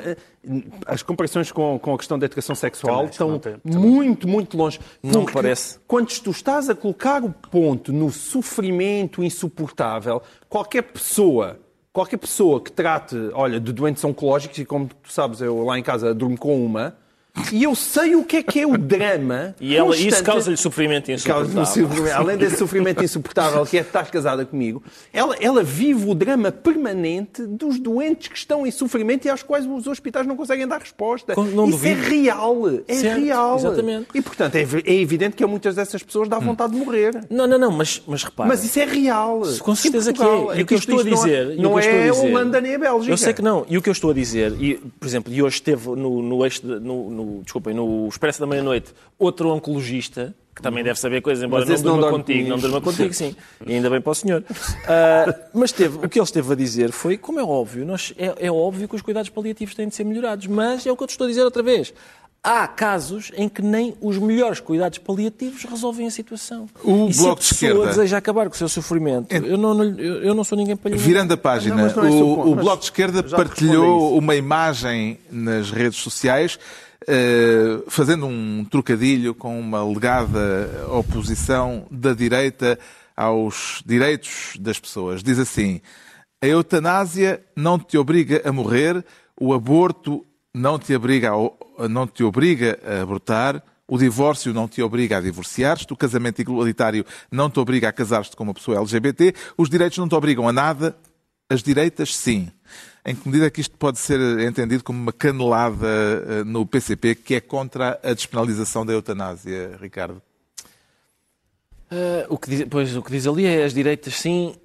as comparações com, com a questão da educação sexual Também, estão não tem- muito, muito longe. Não me Porque parece. Quando tu estás a colocar o ponto no sofrimento insuportável, qualquer pessoa... Qualquer pessoa que trate, olha, de doentes oncológicos, e como tu sabes, eu lá em casa durmo com uma, e eu sei o que é que é o drama. E ela, isso constante- causa-lhe sofrimento Causa-lhe insuportável. sofrimento. Além desse sofrimento insuportável que é estar casada comigo, ela, ela vive o drama permanente dos doentes que estão em sofrimento e aos quais os hospitais não conseguem dar resposta. Não Isso é duvido. real. É Certo, real. exatamente. E, portanto, é, é evidente que a muitas dessas pessoas dá vontade de morrer. Não, não, não, mas, mas repara. Mas isso é real. Com certeza Em que é. Portugal. E o que eu isto- estou a isto não é- dizer... e o Não que eu estou a é a dizer- Holanda nem a Bélgica. Eu sei que não. E o que eu estou a dizer, e, por exemplo, e hoje esteve no, no, eixo de- no, no, desculpem, no Expresso da Meia-Noite outro oncologista, que também deve saber coisas, embora Mas não esse não durma dorme contigo, comigo. não durma contigo, sim. E ainda bem para o senhor. Ah, mas teve, o que ele esteve a dizer foi, como é óbvio, nós, é, é óbvio que os cuidados paliativos têm de ser melhorados, mas é o que eu te estou a dizer outra vez. Há casos em que nem os melhores cuidados paliativos resolvem a situação. O e se Bloco a de pessoa Esquerda- deseja acabar com o seu sofrimento, eu não, não- eu, eu não sou ninguém para lhe... Virando a página, Não, mas não é esse o o, ponto. o Mas Bloco de Esquerda já respondi a partilhou isso. uma imagem nas redes sociais eh, fazendo um trocadilho com uma alegada oposição da direita aos direitos das pessoas. Diz assim: a eutanásia não te obriga a morrer, o aborto não te obriga a, não te obriga a abortar, o divórcio não te obriga a divorciar-te, o casamento igualitário não te obriga a casar-te com uma pessoa L G B T, os direitos não te obrigam a nada, as direitas sim. Em que medida é que isto pode ser entendido como uma canelada eh, no P C P que é contra a despenalização da eutanásia, Ricardo? Ah, o, que diz, pois, o que diz ali é as direitas sim,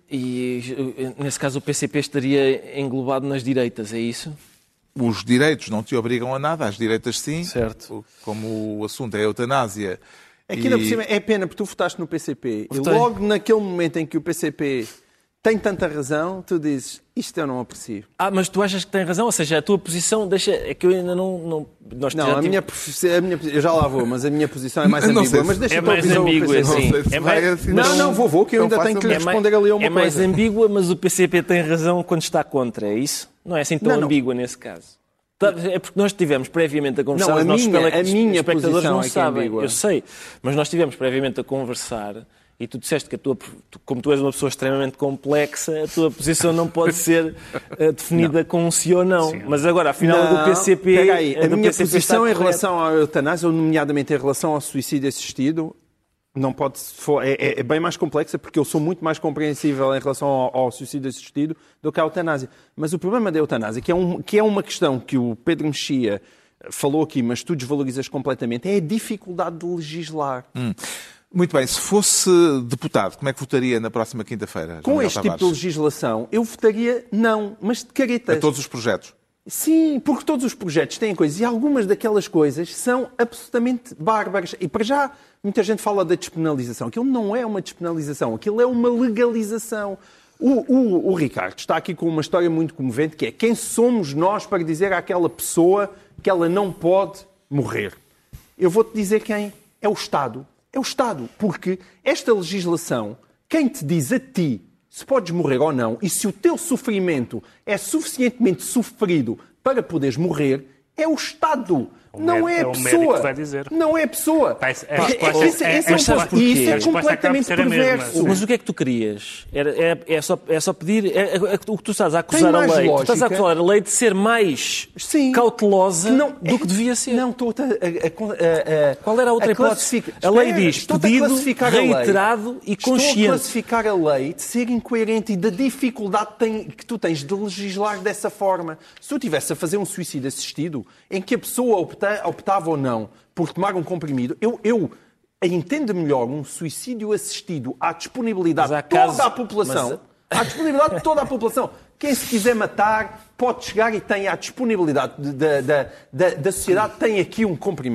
e eh, nesse caso o P C P estaria englobado nas direitas, é isso? Os direitos não te obrigam a nada, as direitas sim. Certo. Como o assunto é a eutanásia. Aqui ainda E- por cima é pena porque tu votaste no P C P Votei. e logo naquele momento em que o P C P tem tanta razão, tu dizes, isto eu não aprecio. Ah, mas tu achas que tem razão? Ou seja, a tua posição deixa... É que eu ainda não... não nós já Não, a tive- minha, profi- a minha eu já lá vou, mas a minha posição é mais Não ambígua. sei se- Mas deixa é a tua mais visão, ambígua, P C P. sim. Não sei se É vai mais- assim Não, tão- não, vou, vou, que eu tão ainda tenho que lhe facilmente. mais- responder ali a uma é mais coisa. ambígua, mas o P C P tem razão quando está contra, é isso? Não é assim tão Não, não. ambígua nesse caso. Tá, é porque nós tivemos previamente a conversar, Não, a os nossos minha- tele- a minha espectadores posição não é que é sabem, ambígua. eu sei, mas nós tivemos previamente a conversar e tu disseste que a tua, tu- como tu és uma pessoa extremamente complexa, a tua posição não pode ser eh, definida com um sim ou não. Mas agora, afinal, a do P C P... Espera aí, a a do minha P C P posição está em correta. relação à eutanásia, ou nomeadamente em relação ao suicídio assistido, não pode, for- é, é- é bem mais complexa, porque eu sou muito mais compreensível em relação ao, ao suicídio assistido do que à eutanásia. Mas o problema da eutanásia, que é, um, que é uma questão que o Pedro Mexia falou aqui, mas tu desvalorizas completamente, é a dificuldade de legislar. Hum. Muito bem, se fosse deputado, como é que votaria na próxima quinta-feira? João Com Miguel este tipo de Tavares? legislação, eu votaria não, mas de caretas. A todos os projetos. Sim, porque todos os projetos têm coisas e algumas daquelas coisas são absolutamente bárbaras. E para já, muita gente fala da despenalização. Aquilo não é uma despenalização, aquilo é uma legalização. O, o, o Ricardo está aqui com uma história muito comovente, que é quem somos nós para dizer àquela pessoa que ela não pode morrer? Eu vou-te dizer quem. É o Estado. É o Estado. Porque esta legislação, quem te diz a ti se podes morrer ou não, e se o teu sofrimento é suficientemente sofrido para poderes morrer, é o Estado. O não médico- é a é o médico pessoa. que vai dizer. Não é a pessoa. Pá, essa- a Pá, resposta- esse- é- esse é- é um mas sabes ponto. E porquê? isso A é resposta acaba por completamente ser a mesma. perverso. Mas o que é que tu querias? Era, é, é, só, é só pedir... É, é, é, o que tu estás a acusar a mais lei. Tu lógica. estás a acusar a lei de ser mais Sim. cautelosa Não, do que devia ser. Não, estou a, a, a, a, Qual era a outra hipótese? classifica- A lei Espera, diz estou-te a pedido, classificar a lei. reiterado e Estou a consciente. classificar a lei de ser incoerente e da dificuldade que, tem- que tu tens de legislar dessa forma. Se tu estivesse a fazer um suicídio assistido, em que a pessoa opta- optava ou não por tomar um comprimido, eu, eu entendo melhor um suicídio assistido à disponibilidade Mas há de toda casos- a população. À disponibilidade de toda a população. Quem se quiser matar pode chegar e tem a disponibilidade de- da- da- da da sociedade, tem aqui um comprimido.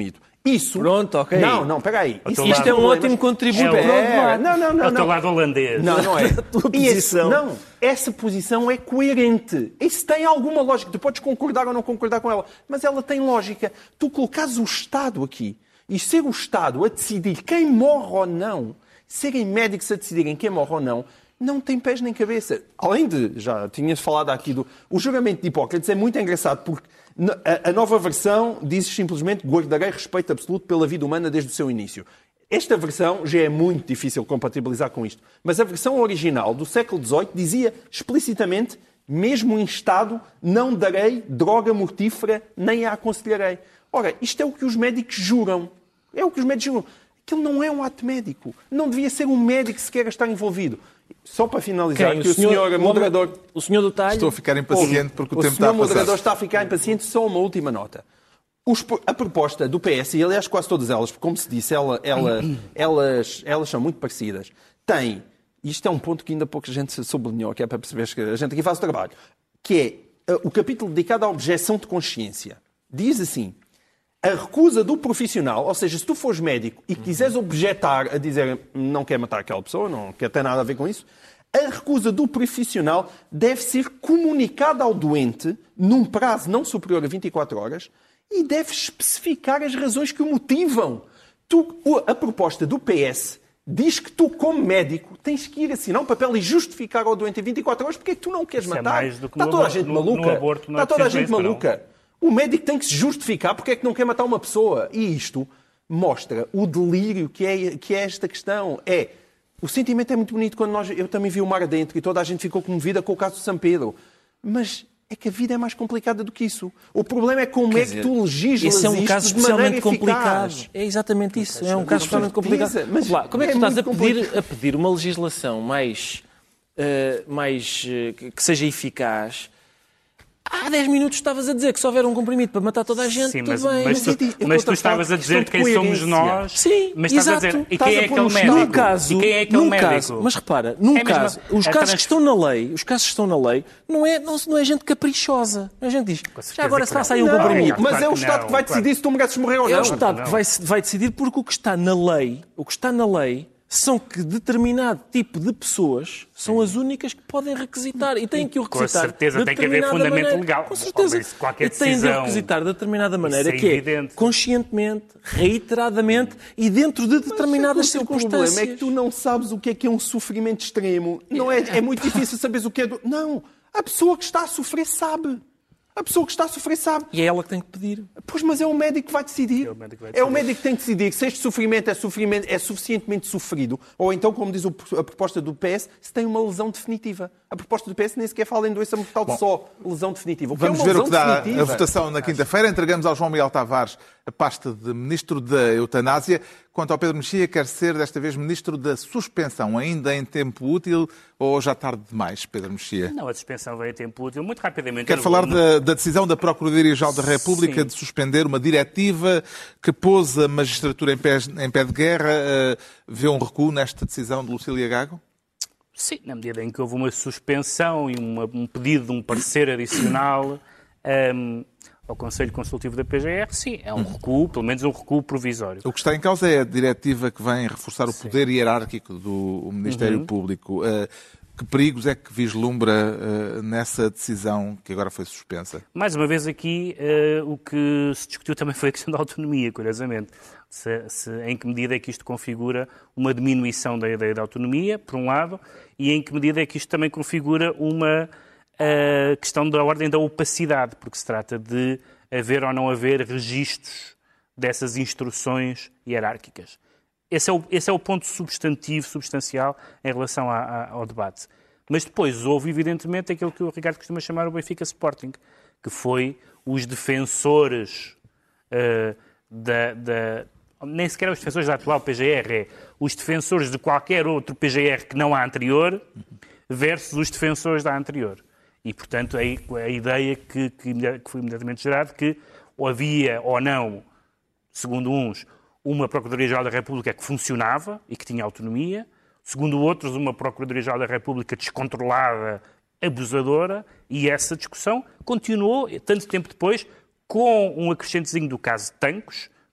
Isso... Pronto, ok. Não, não, peraí. Isso, isto é um ótimo contributo para o debate. Não, não, não. É o teu não. lado holandês. Não, não é. A tua E esse- posição. não, essa posição é coerente. Isso tem alguma lógica. Tu podes concordar ou não concordar com ela, mas ela tem lógica. Tu colocares o Estado aqui e ser o Estado a decidir quem morre ou não, serem médicos a decidirem quem morre ou não, não tem pés nem cabeça. Além de, já tinhas falado aqui do... O juramento de Hipócrates é muito engraçado porque a, a nova versão diz simplesmente guardarei respeito absoluto pela vida humana desde o seu início. Esta versão já é muito difícil compatibilizar com isto. Mas a versão original do século dezoito dizia explicitamente, mesmo em estado, não darei droga mortífera nem a aconselharei. Ora, isto é o que os médicos juram. É o que os médicos juram. Aquilo não é um ato médico. Não devia ser um médico sequer a estar envolvido. Só para finalizar, Quem? que o senhor, o moderador... O senhor do talho? Estou a ficar impaciente porque o, O tempo senhor está a passar. moderador está a ficar impaciente. Só uma última nota. Os, a proposta do P S, e aliás quase todas elas, porque como se disse, ela, ela, elas, elas são muito parecidas, tem, e isto é um ponto que ainda pouca gente sublinhou, que é para perceber que a gente aqui faz o trabalho, que é uh, o capítulo dedicado à objeção de consciência. Diz assim, a recusa do profissional, ou seja, se tu fores médico e quiseres objetar a dizer não quer matar aquela pessoa, não quer ter nada a ver com isso, a recusa do profissional deve ser comunicada ao doente num prazo não superior a vinte e quatro horas e deve especificar as razões que o motivam. Tu, a proposta do P S diz que tu, como médico, tens que ir assinar um papel e justificar ao doente em vinte e quatro horas porque é que tu não queres Isso é matar. mais do que Está no toda a abor- gente no- maluca. no aborto não é Está toda a preciso gente isso, não. maluca. O médico tem que se justificar porque é que não quer matar uma pessoa. E isto mostra o delírio que é, que é esta questão. É, o sentimento é muito bonito quando nós... Eu também vi o Mar Adentro e toda a gente ficou comovida com o caso de São Pedro. Mas é que a vida é mais complicada do que isso. O problema é como Quer é dizer, que tu legislas esse é um isto caso de maneira especialmente complicado. eficaz. É exatamente isso. É um Com caso especialmente complicado. certeza, mas Vamos lá, como é que é tu estás a muito pedir, complicado. a pedir uma legislação mais, eh, mais eh, que que seja eficaz? Há dez minutos estavas a dizer que se houver um comprimido para matar toda a gente, Sim, tudo mas, bem. mas, tu, eu estou mas tu a estavas a falar dizer de quem somos coerência. nós, Sim, mas estás exato. a dizer, e Estás quem a é pôr aquele no médico? Num caso, E quem é aquele num médico? caso, mas repara, num É mesmo caso, os a casos trans- que estão na lei, os casos que estão na lei, não é, não, não é gente caprichosa. Não é gente que diz, certeza já agora que se não. faça aí um Não, comprimido. mas Claro é o que Estado não, que vai claro. decidir se tu mereces morrer ou É não. o Estado não. que vai, vai decidir porque o que está na lei, o que está na lei, são que determinado tipo de pessoas são as únicas que podem requisitar e têm que o Com requisitar certeza de tem que haver determinada fundamento maneira. legal. Com certeza. Isso, qualquer e têm de o decisão- requisitar de determinada maneira, Isso é que evidente. é conscientemente, reiteradamente e dentro de determinadas Mas, o circunstâncias. problema é que tu não sabes o que é que é um sofrimento extremo. Não é, é muito difícil saberes o que é do... Não, a pessoa que está a sofrer sabe. A pessoa que está a sofrer sabe. E é ela que tem que pedir. Pois, mas é o médico que vai decidir. É o médico que vai É o decidir. médico que tem que decidir se este sofrimento é, sofrimento é suficientemente sofrido, ou então, como diz o- a proposta do P S, se tem uma lesão definitiva. A proposta do P S nem sequer fala em doença mortal de só lesão definitiva. O que Vamos é uma ver o lesão que dá definitiva? a votação na quinta-feira. Entregamos ao João Miguel Tavares a pasta de Ministro da Eutanásia. Quanto ao Pedro Mexia, quer ser desta vez Ministro da Suspensão, ainda em tempo útil ou já tarde demais, Pedro Mexia? Não, a suspensão veio a tempo útil. Muito rapidamente. Quero eu- falar no- da, da decisão da Procuradoria-Geral da República Sim. de suspender uma diretiva que pôs a magistratura em pé, em pé de guerra. Uh, vê um recuo nesta decisão de Lucília Gago? Sim, na medida em que houve uma suspensão e uma- um pedido de um parecer adicional hum, ao Conselho Consultivo da P G R, sim, é um recuo, pelo menos um recuo provisório. O que está em causa é a diretiva que vem reforçar o poder hierárquico do Ministério Uhum. Público. Uh, que perigos é que vislumbra uh, nessa decisão que agora foi suspensa? Mais uma vez aqui, eh, o que se discutiu também foi a questão da autonomia, curiosamente. Se, se- em que medida é que isto configura uma diminuição da ideia da autonomia, por um lado, e em que medida é que isto também configura uma eh, questão da ordem da opacidade, porque se trata de haver ou não haver registros dessas instruções hierárquicas. Esse é o, esse é o ponto substantivo, substancial, em relação a- a- ao debate. Mas depois houve, evidentemente, aquilo que o Ricardo costuma chamar o Benfica Sporting, que foi os defensores eh, da, da... Nem sequer os defensores da atual P G R, é os defensores de qualquer outro P G R que não a anterior versus os defensores da anterior. E, portanto, aí a ideia que, que, que foi imediatamente gerada que ou havia ou não, segundo uns, uma Procuradoria-Geral da República que funcionava e que tinha autonomia, segundo outros, uma Procuradoria-Geral da República descontrolada, abusadora, e essa discussão continuou, tanto tempo depois, com um acrescentezinho do caso de Tancos,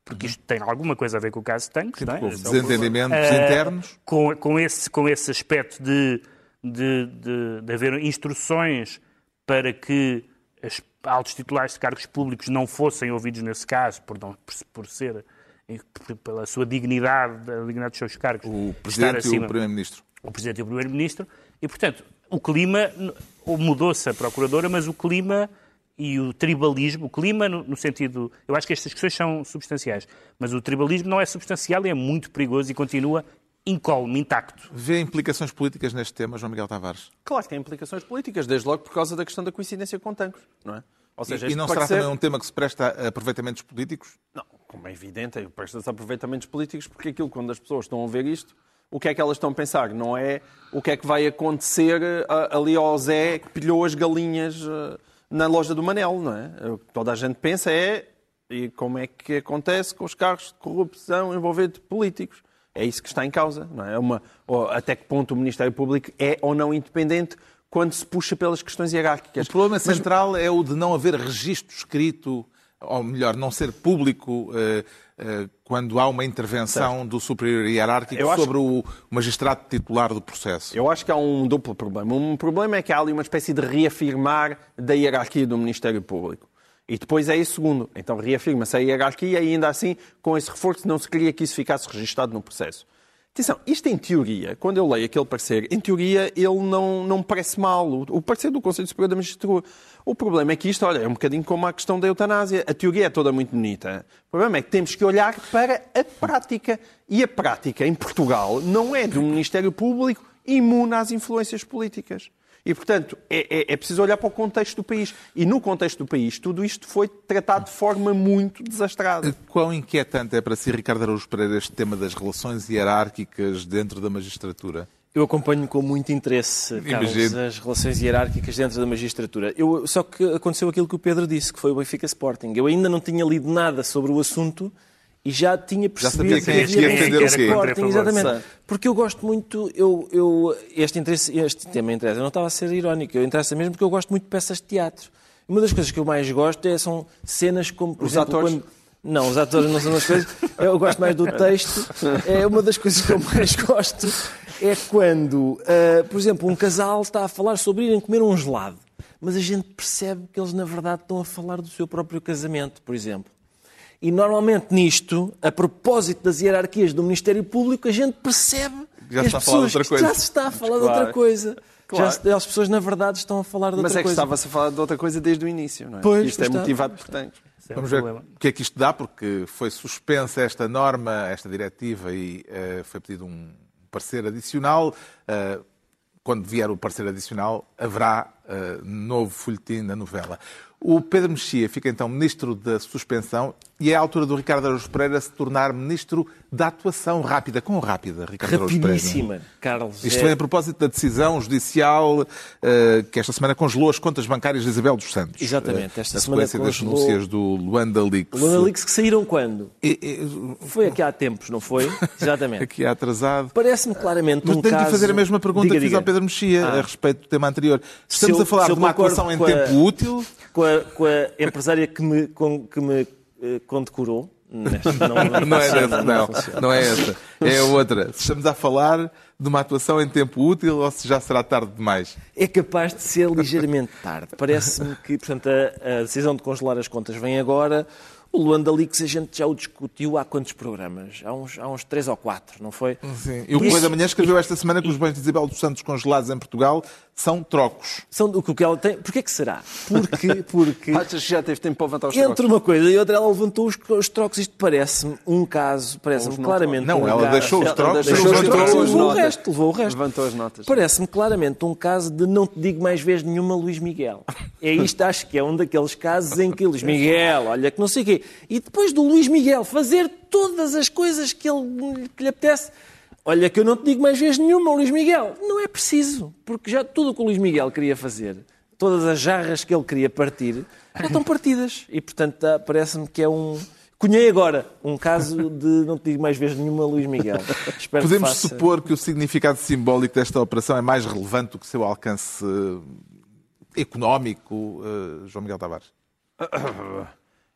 porque isto tem alguma coisa a ver com o caso Tancos, não é? Houve desentendimentos Uh, internos. Com, com, esse, com esse aspecto de, de, de, de haver instruções para que os altos titulares de cargos públicos não fossem ouvidos nesse caso, por, não, por, por ser, por, pela sua dignidade, a dignidade dos seus cargos. O Presidente acima, e o Primeiro-Ministro. O Presidente e o Primeiro-Ministro. E, portanto, o clima, mudou-se a Procuradora, mas o clima e o tribalismo, o clima no, no sentido... Eu acho que estas questões são substanciais, mas o tribalismo não é substancial e é muito perigoso e continua incólume, intacto. Vê implicações políticas neste tema, João Miguel Tavares? Claro que tem implicações políticas, desde logo por causa da questão da coincidência com Tancos, não é? Ou seja, e, e não será ser... também um tema que se presta a aproveitamente políticos? Não, como é evidente, presta-se a aproveitamentos políticos, porque aquilo, quando as pessoas estão a ver isto, o que é que elas estão a pensar? Não é o que é que vai acontecer ali ao Zé que pilhou as galinhas na loja do Manel, não é? O que toda a gente pensa é e como é que acontece com os cargos de corrupção envolvendo políticos. É isso que está em causa, não é? Uma, até que ponto o Ministério Público é ou não independente quando se puxa pelas questões hierárquicas. O problema central Mas... é o de não haver registro escrito, ou melhor, não ser público uh, uh, quando há uma intervenção certo. do superior hierárquico acho... sobre o magistrado titular do processo. Eu acho que há um duplo problema. Um problema é que há ali uma espécie de reafirmar da hierarquia do Ministério Público. E depois é isso segundo. Então reafirma-se a hierarquia e ainda assim, com esse reforço, não se queria que isso ficasse registado no processo. Atenção, isto em teoria, quando eu leio aquele parecer, em teoria ele não, não me parece mal. O parecer do Conselho Superior da Magistratura. O problema é que isto, olha, é um bocadinho como a questão da eutanásia. A teoria é toda muito bonita. O problema é que temos que olhar para a prática. E a prática em Portugal não é do Ministério Público imune às influências políticas. E, portanto, é, é, é preciso olhar para o contexto do país. E, no contexto do país, tudo isto foi tratado de forma muito desastrada. Quão inquietante é para si, Ricardo Araújo Pereira, este tema das relações hierárquicas dentro da magistratura? Eu acompanho com muito interesse, Carlos, Imagino. as relações hierárquicas dentro da magistratura. Eu, só que aconteceu aquilo que o Pedro disse, que foi o Benfica Sporting. Eu ainda não tinha lido nada sobre o assunto e já tinha percebido já sabia que havia defender o Sporting, exatamente. Porque eu gosto muito, eu, eu, este, interesse, este tema interessa, eu não estava a ser irónico, eu interessa mesmo porque eu gosto muito de peças de teatro. Uma das coisas que eu mais gosto é, são cenas como, por os exemplo, atores. Quando... Não, os atores não são as coisas, eu gosto mais do texto. É uma das coisas que eu mais gosto é quando, uh, por exemplo, um casal está a falar sobre irem comer um gelado, mas a gente percebe que eles, na verdade, estão a falar do seu próprio casamento, por exemplo. E, normalmente, nisto, a propósito das hierarquias do Ministério Público, a gente percebe já que se as está a falar de outra coisa. já se está a falar claro. de outra coisa. Claro. Já se, as pessoas, na verdade, estão a falar de outra Mas é coisa. que estava-se a falar de outra coisa desde o início, não é? Pois, isto é está, motivado por tantos. É Vamos um ver problema. o que é que isto dá, porque foi suspensa esta norma, esta diretiva, e uh, foi pedido um parecer adicional. Uh, quando vier o parecer adicional, haverá uh, novo folhetim da novela. O Pedro Mexia fica então ministro da suspensão e é a altura do Ricardo Araújo Pereira se tornar ministro da atuação rápida. Quão rápida, Ricardo Araújo Pereira? Rapidíssima, Carlos. Isto é... vem a propósito da decisão judicial uh, que esta semana congelou as contas bancárias de Isabel dos Santos. Exatamente. Esta uh, semana na sequência congelou... das denúncias do Luanda Leaks. Luanda Leaks que saíram quando? E, e... Foi aqui há tempos, não foi? Exatamente. Aqui há atrasado. Parece-me claramente Mas um tenho caso... que fazer a mesma pergunta diga, que fiz diga. ao Pedro Mexia ah. a respeito do tema anterior. Estamos eu, a falar de uma atuação em tempo a, útil? Com a, com a empresária que me, com, que me uh, condecorou. Neste, não, não, não é essa, não. Não é essa. É a outra. Se estamos a falar de uma atuação em tempo útil ou se já será tarde demais? É capaz de ser ligeiramente tarde. Parece-me que, portanto, a, a decisão de congelar as contas vem agora. O Luanda Leaks a gente já o discutiu há quantos programas? Há uns, há uns três ou quatro, não foi? Sim. E o Correio da Manhã escreveu esta semana que os bens de Isabel dos Santos congelados em Portugal são trocos. São o que ela tem. Porquê que será? Porque, porque Achas que já teve tempo para levantar os trocos? entre uma coisa e outra ela levantou os, os trocos. Isto parece-me um caso, parece-me claramente Não, um ela caso, deixou os trocos, deixou levantou os trocos as e levou o notas. resto, levou o resto. Levantou as notas. Parece-me claramente um caso de não te digo mais vezes nenhuma Luís Miguel. É isto, acho que é um daqueles casos em que Luís Miguel, olha que não sei o quê, e depois do Luís Miguel fazer todas as coisas que, ele, que lhe apetece. Olha que eu não te digo mais vezes nenhuma, Luís Miguel. Não é preciso, porque já tudo o que o Luís Miguel queria fazer, todas as jarras que ele queria partir, já estão partidas. E, portanto, parece-me que é um... Cunhei agora um caso de não te digo mais vezes nenhuma Luís Miguel. Espero Podemos que faça... supor que o significado simbólico desta operação é mais relevante do que o seu alcance económico, uh, João Miguel Tavares?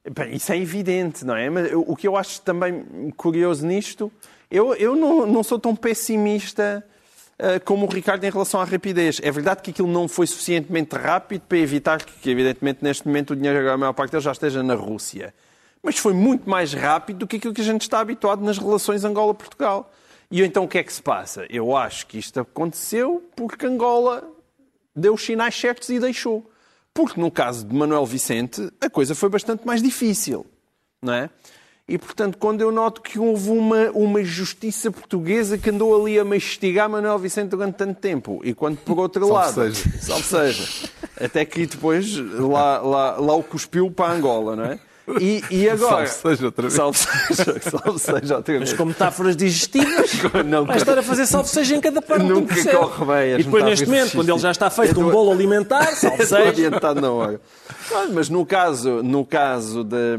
Bem, isso é evidente, não é? Mas o que eu acho também curioso nisto, eu, eu não, não sou tão pessimista uh, como o Ricardo em relação à rapidez. É verdade que aquilo não foi suficientemente rápido para evitar que, que evidentemente, neste momento o dinheiro, a maior parte dele já esteja na Rússia. Mas foi muito mais rápido do que aquilo que a gente está habituado nas relações Angola-Portugal. E então o que é que se passa? Eu acho que isto aconteceu porque Angola deu os sinais certos e deixou. Porque no caso de Manuel Vicente, a coisa foi bastante mais difícil, não é? E, portanto, quando eu noto que houve uma, uma justiça portuguesa que andou ali a mastigar Manuel Vicente durante tanto tempo, e quando, por outro lado... Salve seja. Salve seja. Até que depois lá, lá, lá o cuspiu para Angola, não é? E, e agora... Salve seja outra vez. Salve seja, salve seja outra vez. Mas com metáforas digestivas, vai estar a fazer salve seja em cada parte do Nunca processo. corre bem as E depois, neste metáforas momento, quando ele já está feito um bolo alimentar, salve Estou seja. adiantado na hora. Mas no caso, no caso de,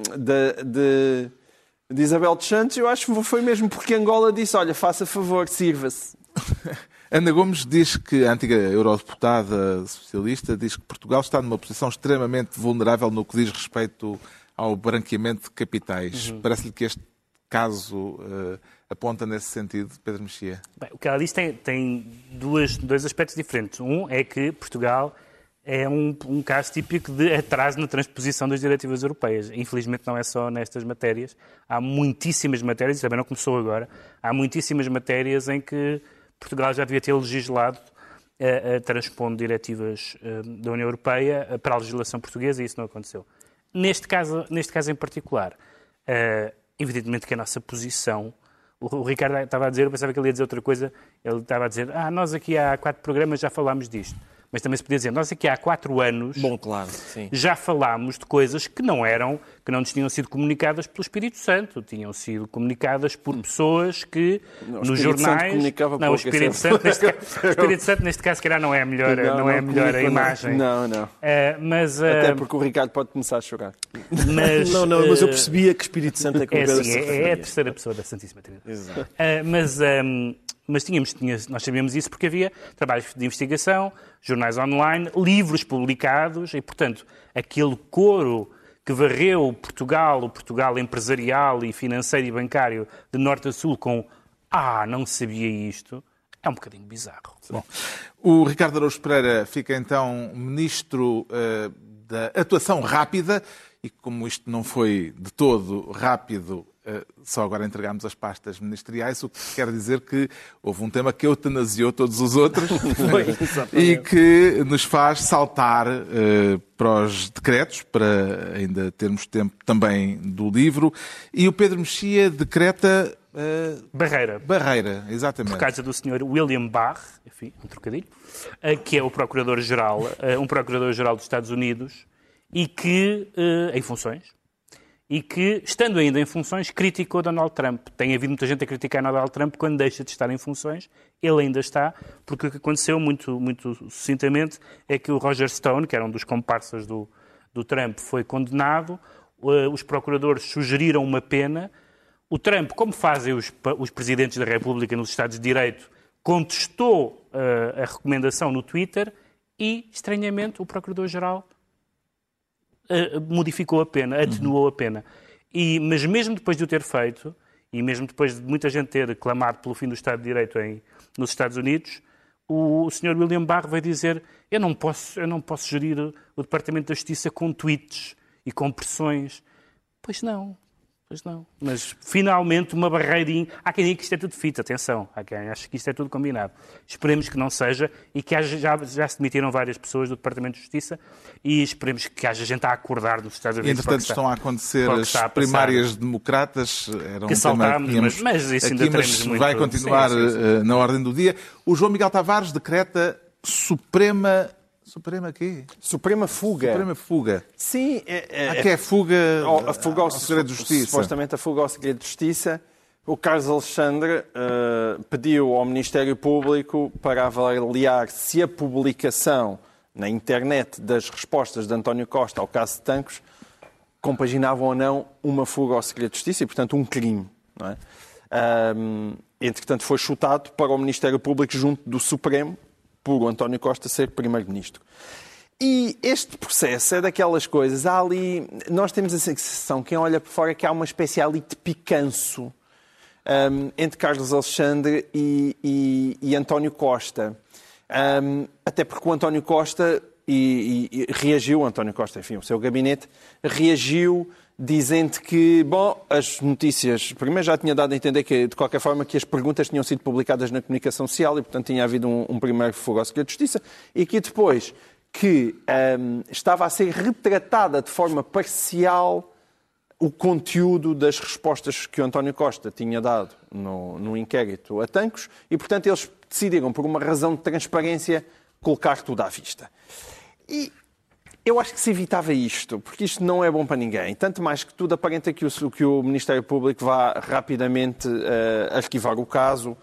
de, de, de Isabel dos Santos, eu acho que foi mesmo porque Angola disse, olha, faça favor, sirva-se. Ana Gomes diz que, a antiga eurodeputada socialista, diz que Portugal está numa posição extremamente vulnerável no que diz respeito ao branqueamento de capitais. Uhum. Parece-lhe que este caso uh, aponta nesse sentido, Pedro Mexia? Bem, o que ela diz tem, tem duas, dois aspectos diferentes. Um é que Portugal é um, um caso típico de atraso na transposição das diretivas europeias. Infelizmente não é só nestas matérias. Há muitíssimas matérias, e também não começou agora, há muitíssimas matérias em que Portugal já devia ter legislado a, a transpondo diretivas uh, da União Europeia uh, para a legislação portuguesa e isso não aconteceu. Neste caso, neste caso em particular, uh, evidentemente que a nossa posição, o, o Ricardo estava a dizer, eu pensava que ele ia dizer outra coisa, ele estava a dizer, ah, nós aqui há quatro programas já falámos disto. Mas também se podia dizer, nós aqui há quatro anos Bom, claro, sim. já falámos de coisas que não eram, que não nos tinham sido comunicadas pelo Espírito Santo, tinham sido comunicadas por pessoas que não, nos jornais... Não, o Espírito, Santo, neste caso, o Espírito Santo, neste caso, se calhar não é a melhor, não, não é a, melhor a imagem. Não, não. Uh, mas, uh, Até porque o Ricardo pode começar a chorar. Mas, não, não, mas eu percebia que o Espírito Santo é com é, cada assim, é, é a terceira pessoa da Santíssima Trindade. Exato. Uh, mas... Um, Mas tínhamos, tínhamos, nós sabíamos isso porque havia trabalhos de investigação, jornais online, livros publicados e, portanto, aquele coro que varreu Portugal, o Portugal empresarial e financeiro e bancário de norte a sul com ah, não sabia isto, é um bocadinho bizarro. Bom, o Ricardo Araújo Pereira fica então ministro uh, da atuação rápida e como isto não foi de todo rápido, Uh, só agora entregámos as pastas ministeriais, o que quer dizer que houve um tema que eutanasiou todos os outros e que nos faz saltar uh, para os decretos, para ainda termos tempo também do livro. E o Pedro Mexia decreta... Uh, Barreira. Barreira, exatamente. Por causa do senhor William Barr, enfim, um trocadilho, uh, que é o Procurador-Geral, uh, um Procurador-Geral dos Estados Unidos e que, uh, em funções, e que, estando ainda em funções, criticou Donald Trump. Tem havido muita gente a criticar Donald Trump quando deixa de estar em funções. Ele ainda está, porque o que aconteceu, muito, muito sucintamente, é que o Roger Stone, que era um dos comparsas do, do Trump, foi condenado. Os procuradores sugeriram uma pena. O Trump, como fazem os, os presidentes da República nos Estados de Direito, contestou uh, a recomendação no Twitter e, estranhamente, o Procurador-Geral modificou a pena, atenuou a pena. E, mas mesmo depois de o ter feito, e mesmo depois de muita gente ter clamado pelo fim do Estado de Direito em, nos Estados Unidos, o, o senhor William Barr vai dizer eu não posso, eu não posso gerir o Departamento da Justiça com tweets e com pressões. Pois não. Pois não. Mas, finalmente, uma barreirinha... Há quem diga que isto é tudo fito, atenção. Há quem acha que isto é tudo combinado. Esperemos que não seja e que haja, já, já se demitiram várias pessoas do Departamento de Justiça e esperemos que haja gente a acordar nos Estados Unidos. E, entretanto, estão a acontecer as a primárias democratas. Era um que saltámos, tema mas, mas isso aqui, ainda mas teremos muito... vai continuar sim, sim, sim. na ordem do dia. O João Miguel Tavares decreta Suprema... Suprema quê? Suprema fuga. Suprema fuga. Sim. É, é, ah, que é fuga, a fuga ao, ao segredo de justiça. Supostamente a fuga ao segredo de justiça. O Carlos Alexandre uh, pediu ao Ministério Público para avaliar se a publicação na internet das respostas de António Costa ao caso de Tancos compaginavam ou não uma fuga ao segredo de justiça e, portanto, um crime. Não é? Um, entretanto, foi chutado para o Ministério Público junto do Supremo, por António Costa ser Primeiro-Ministro. E este processo é daquelas coisas, há ali, nós temos a sensação, quem olha por fora, que há uma espécie ali de picanço um, entre Carlos Alexandre e, e, e António Costa. Um, até porque o António Costa e, e, e reagiu, o António Costa, enfim, o seu gabinete, reagiu dizendo que, bom, as notícias, primeiro já tinha dado a entender que, de qualquer forma, que as perguntas tinham sido publicadas na comunicação social e, portanto, tinha havido um, um primeiro fogo ao Secretário de Justiça, e que depois que um, estava a ser retratada de forma parcial o conteúdo das respostas que o António Costa tinha dado no, no inquérito a Tancos e, portanto, eles decidiram, por uma razão de transparência, colocar tudo à vista. E eu acho que se evitava isto, porque isto não é bom para ninguém. Tanto mais que tudo aparenta que o, que o Ministério Público vá rapidamente uh, arquivar o caso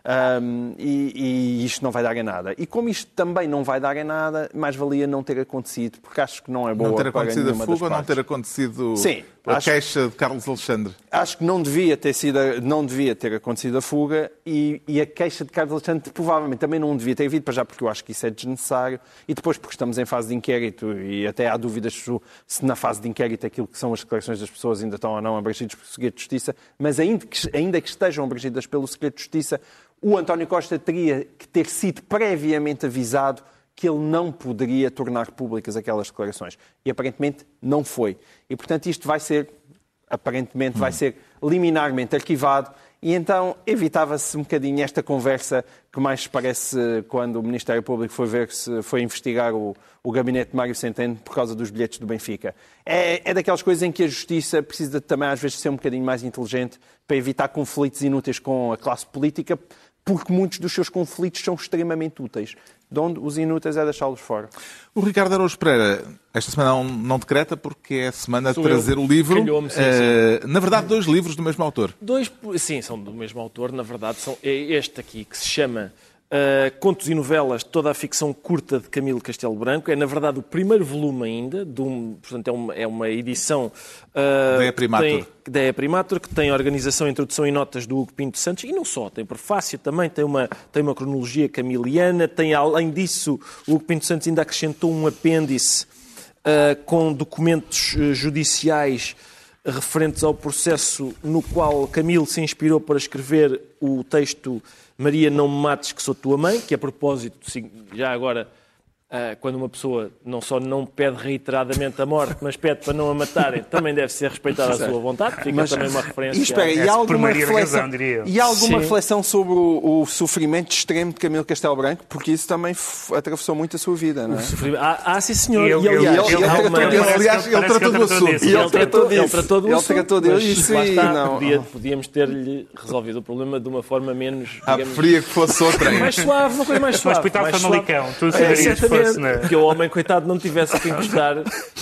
um, e, e isto não vai dar em nada. E como isto também não vai dar em nada, mais valia não ter acontecido, porque acho que não é boa para nenhuma das partes. Não ter acontecido a fuga ou não ter acontecido Sim, a acho, queixa de Carlos Alexandre? Acho que não devia ter, sido, não devia ter acontecido a fuga e, e a queixa de Carlos Alexandre provavelmente também não devia ter havido, para já porque eu acho que isso é desnecessário e depois porque estamos em fase de inquérito e até há dúvidas se na fase de inquérito aquilo que são as declarações das pessoas ainda estão ou não abrangidas pelo Segredo de Justiça, mas ainda que, ainda que estejam abrangidas pelo Segredo de Justiça, o António Costa teria que ter sido previamente avisado que ele não poderia tornar públicas aquelas declarações. E aparentemente não foi. E portanto isto vai ser, aparentemente vai ser liminarmente arquivado e então evitava-se um bocadinho esta conversa que mais parece quando o Ministério Público foi ver se foi investigar o, o gabinete de Mário Centeno por causa dos bilhetes do Benfica. É, é daquelas coisas em que a Justiça precisa também às vezes ser um bocadinho mais inteligente para evitar conflitos inúteis com a classe política, porque muitos dos seus conflitos são extremamente úteis. De onde os inúteis é deixá-los fora. O Ricardo Araújo Pereira, esta semana não, não decreta porque é a semana Sou de trazer eu. o livro. Calhou-me, sim, uh, na verdade, dois livros do mesmo autor. Dois, sim, são do mesmo autor, na verdade. São, é este aqui, que se chama uh, Contos e Novelas, toda a ficção curta de Camilo Castelo Branco. É, na verdade, o primeiro volume ainda, de um, portanto, é uma, é uma edição uh, da E Primatur. Da E Primatur, que tem organização, introdução e notas do Hugo Pinto Santos, e não só, tem prefácio também, tem uma, tem uma cronologia camiliana, tem, além disso, o Hugo Pinto Santos ainda acrescentou um apêndice uh, com documentos uh, judiciais referentes ao processo no qual Camilo se inspirou para escrever o texto Maria, não me mates, que sou tua mãe, que a propósito, já agora, quando uma pessoa não só não pede reiteradamente a morte, mas pede para não a matarem, também deve ser respeitada a sua vontade. Fica mas, também uma referência. E, espera, e há alguma reflexão, razão, diria eu. E há alguma Sim. reflexão sobre o, o sofrimento extremo de Camilo Castelo Branco? Porque isso também f- atravessou muito a sua vida, não é? Ah, ah, sim, senhor. Ele- E, aliás, ele- ele há tratou uma- disso. Aliás, ele tratou do assunto. disso. E ele, Ele tratou tratou, disso. ele tratou do Ele assunto, tratou mas disso lá e está, não- podia- podíamos ter-lhe resolvido o problema de uma forma menos, Ah, digamos, preferia que fosse outra. hein? mais suave, uma coisa mais No suave. Hospital mais suave. Famalicão, tu É, saberias que certamente, fosse, né? que o homem, coitado, não tivesse que encostar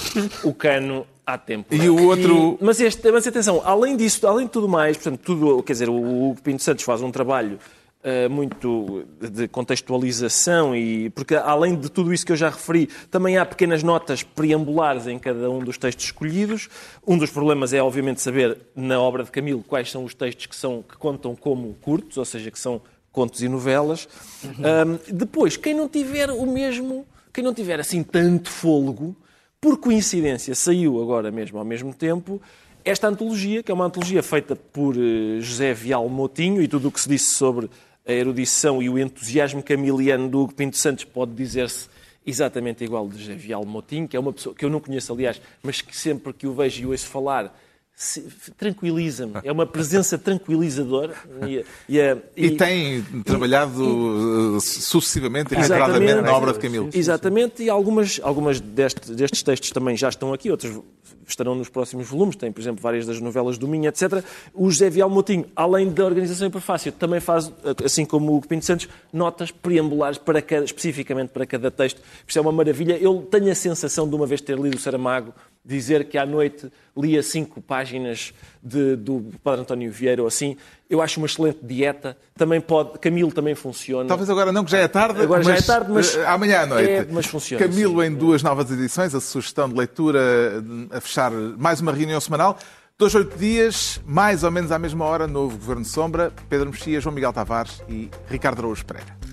o cano há tempo. E o outro- E- mas, este, mas atenção, além disso, além de tudo mais, portanto, tudo, quer dizer, o Hugo Pinto Santos faz um trabalho uh, muito de contextualização e porque além de tudo isso que eu já referi, também há pequenas notas preambulares em cada um dos textos escolhidos. Um dos problemas é, obviamente, saber na obra de Camilo quais são os textos que, são, que contam como curtos, ou seja, que são contos e novelas. Um, depois, quem não tiver o mesmo, quem não tiver assim tanto fôlego, por coincidência, saiu agora mesmo ao mesmo tempo esta antologia, que é uma antologia feita por uh, José Vial Moutinho, e tudo o que se disse sobre a erudição e o entusiasmo camiliano do Hugo Pinto Santos pode dizer-se exatamente igual de José Vial Moutinho, que é uma pessoa que eu não conheço, aliás, mas que sempre que o vejo e ouço falar, se, tranquiliza-me. É uma presença tranquilizadora. E, e, E, e tem trabalhado uh, sucessivamente e Exatamente. reiteradamente na obra de Camilo. Exatamente, e algumas, algumas deste, destes textos também já estão aqui, outras estarão nos próximos volumes. Tem, por exemplo, várias das novelas do Minho, etcétera. O José Vial Moutinho, além da organização e prefácio, também faz, assim como o Hugo Pinto Santos, notas preambulares para cada, especificamente para cada texto. Isto é uma maravilha. Eu tenho a sensação de uma vez ter lido o Saramago, dizer que à noite lia cinco páginas de, do Padre António Vieira ou assim. Eu acho uma excelente dieta. Também pode, Camilo também funciona. Talvez agora não, que já é tarde, Agora mas, já é tarde, mas uh, amanhã à noite. é, mas funciona, Camilo sim. em duas novas edições, a sugestão de leitura a fechar mais uma reunião semanal. Dois, oito dias, mais ou menos à mesma hora, novo Governo Sombra, Pedro Mexia, João Miguel Tavares e Ricardo Araújo Pereira.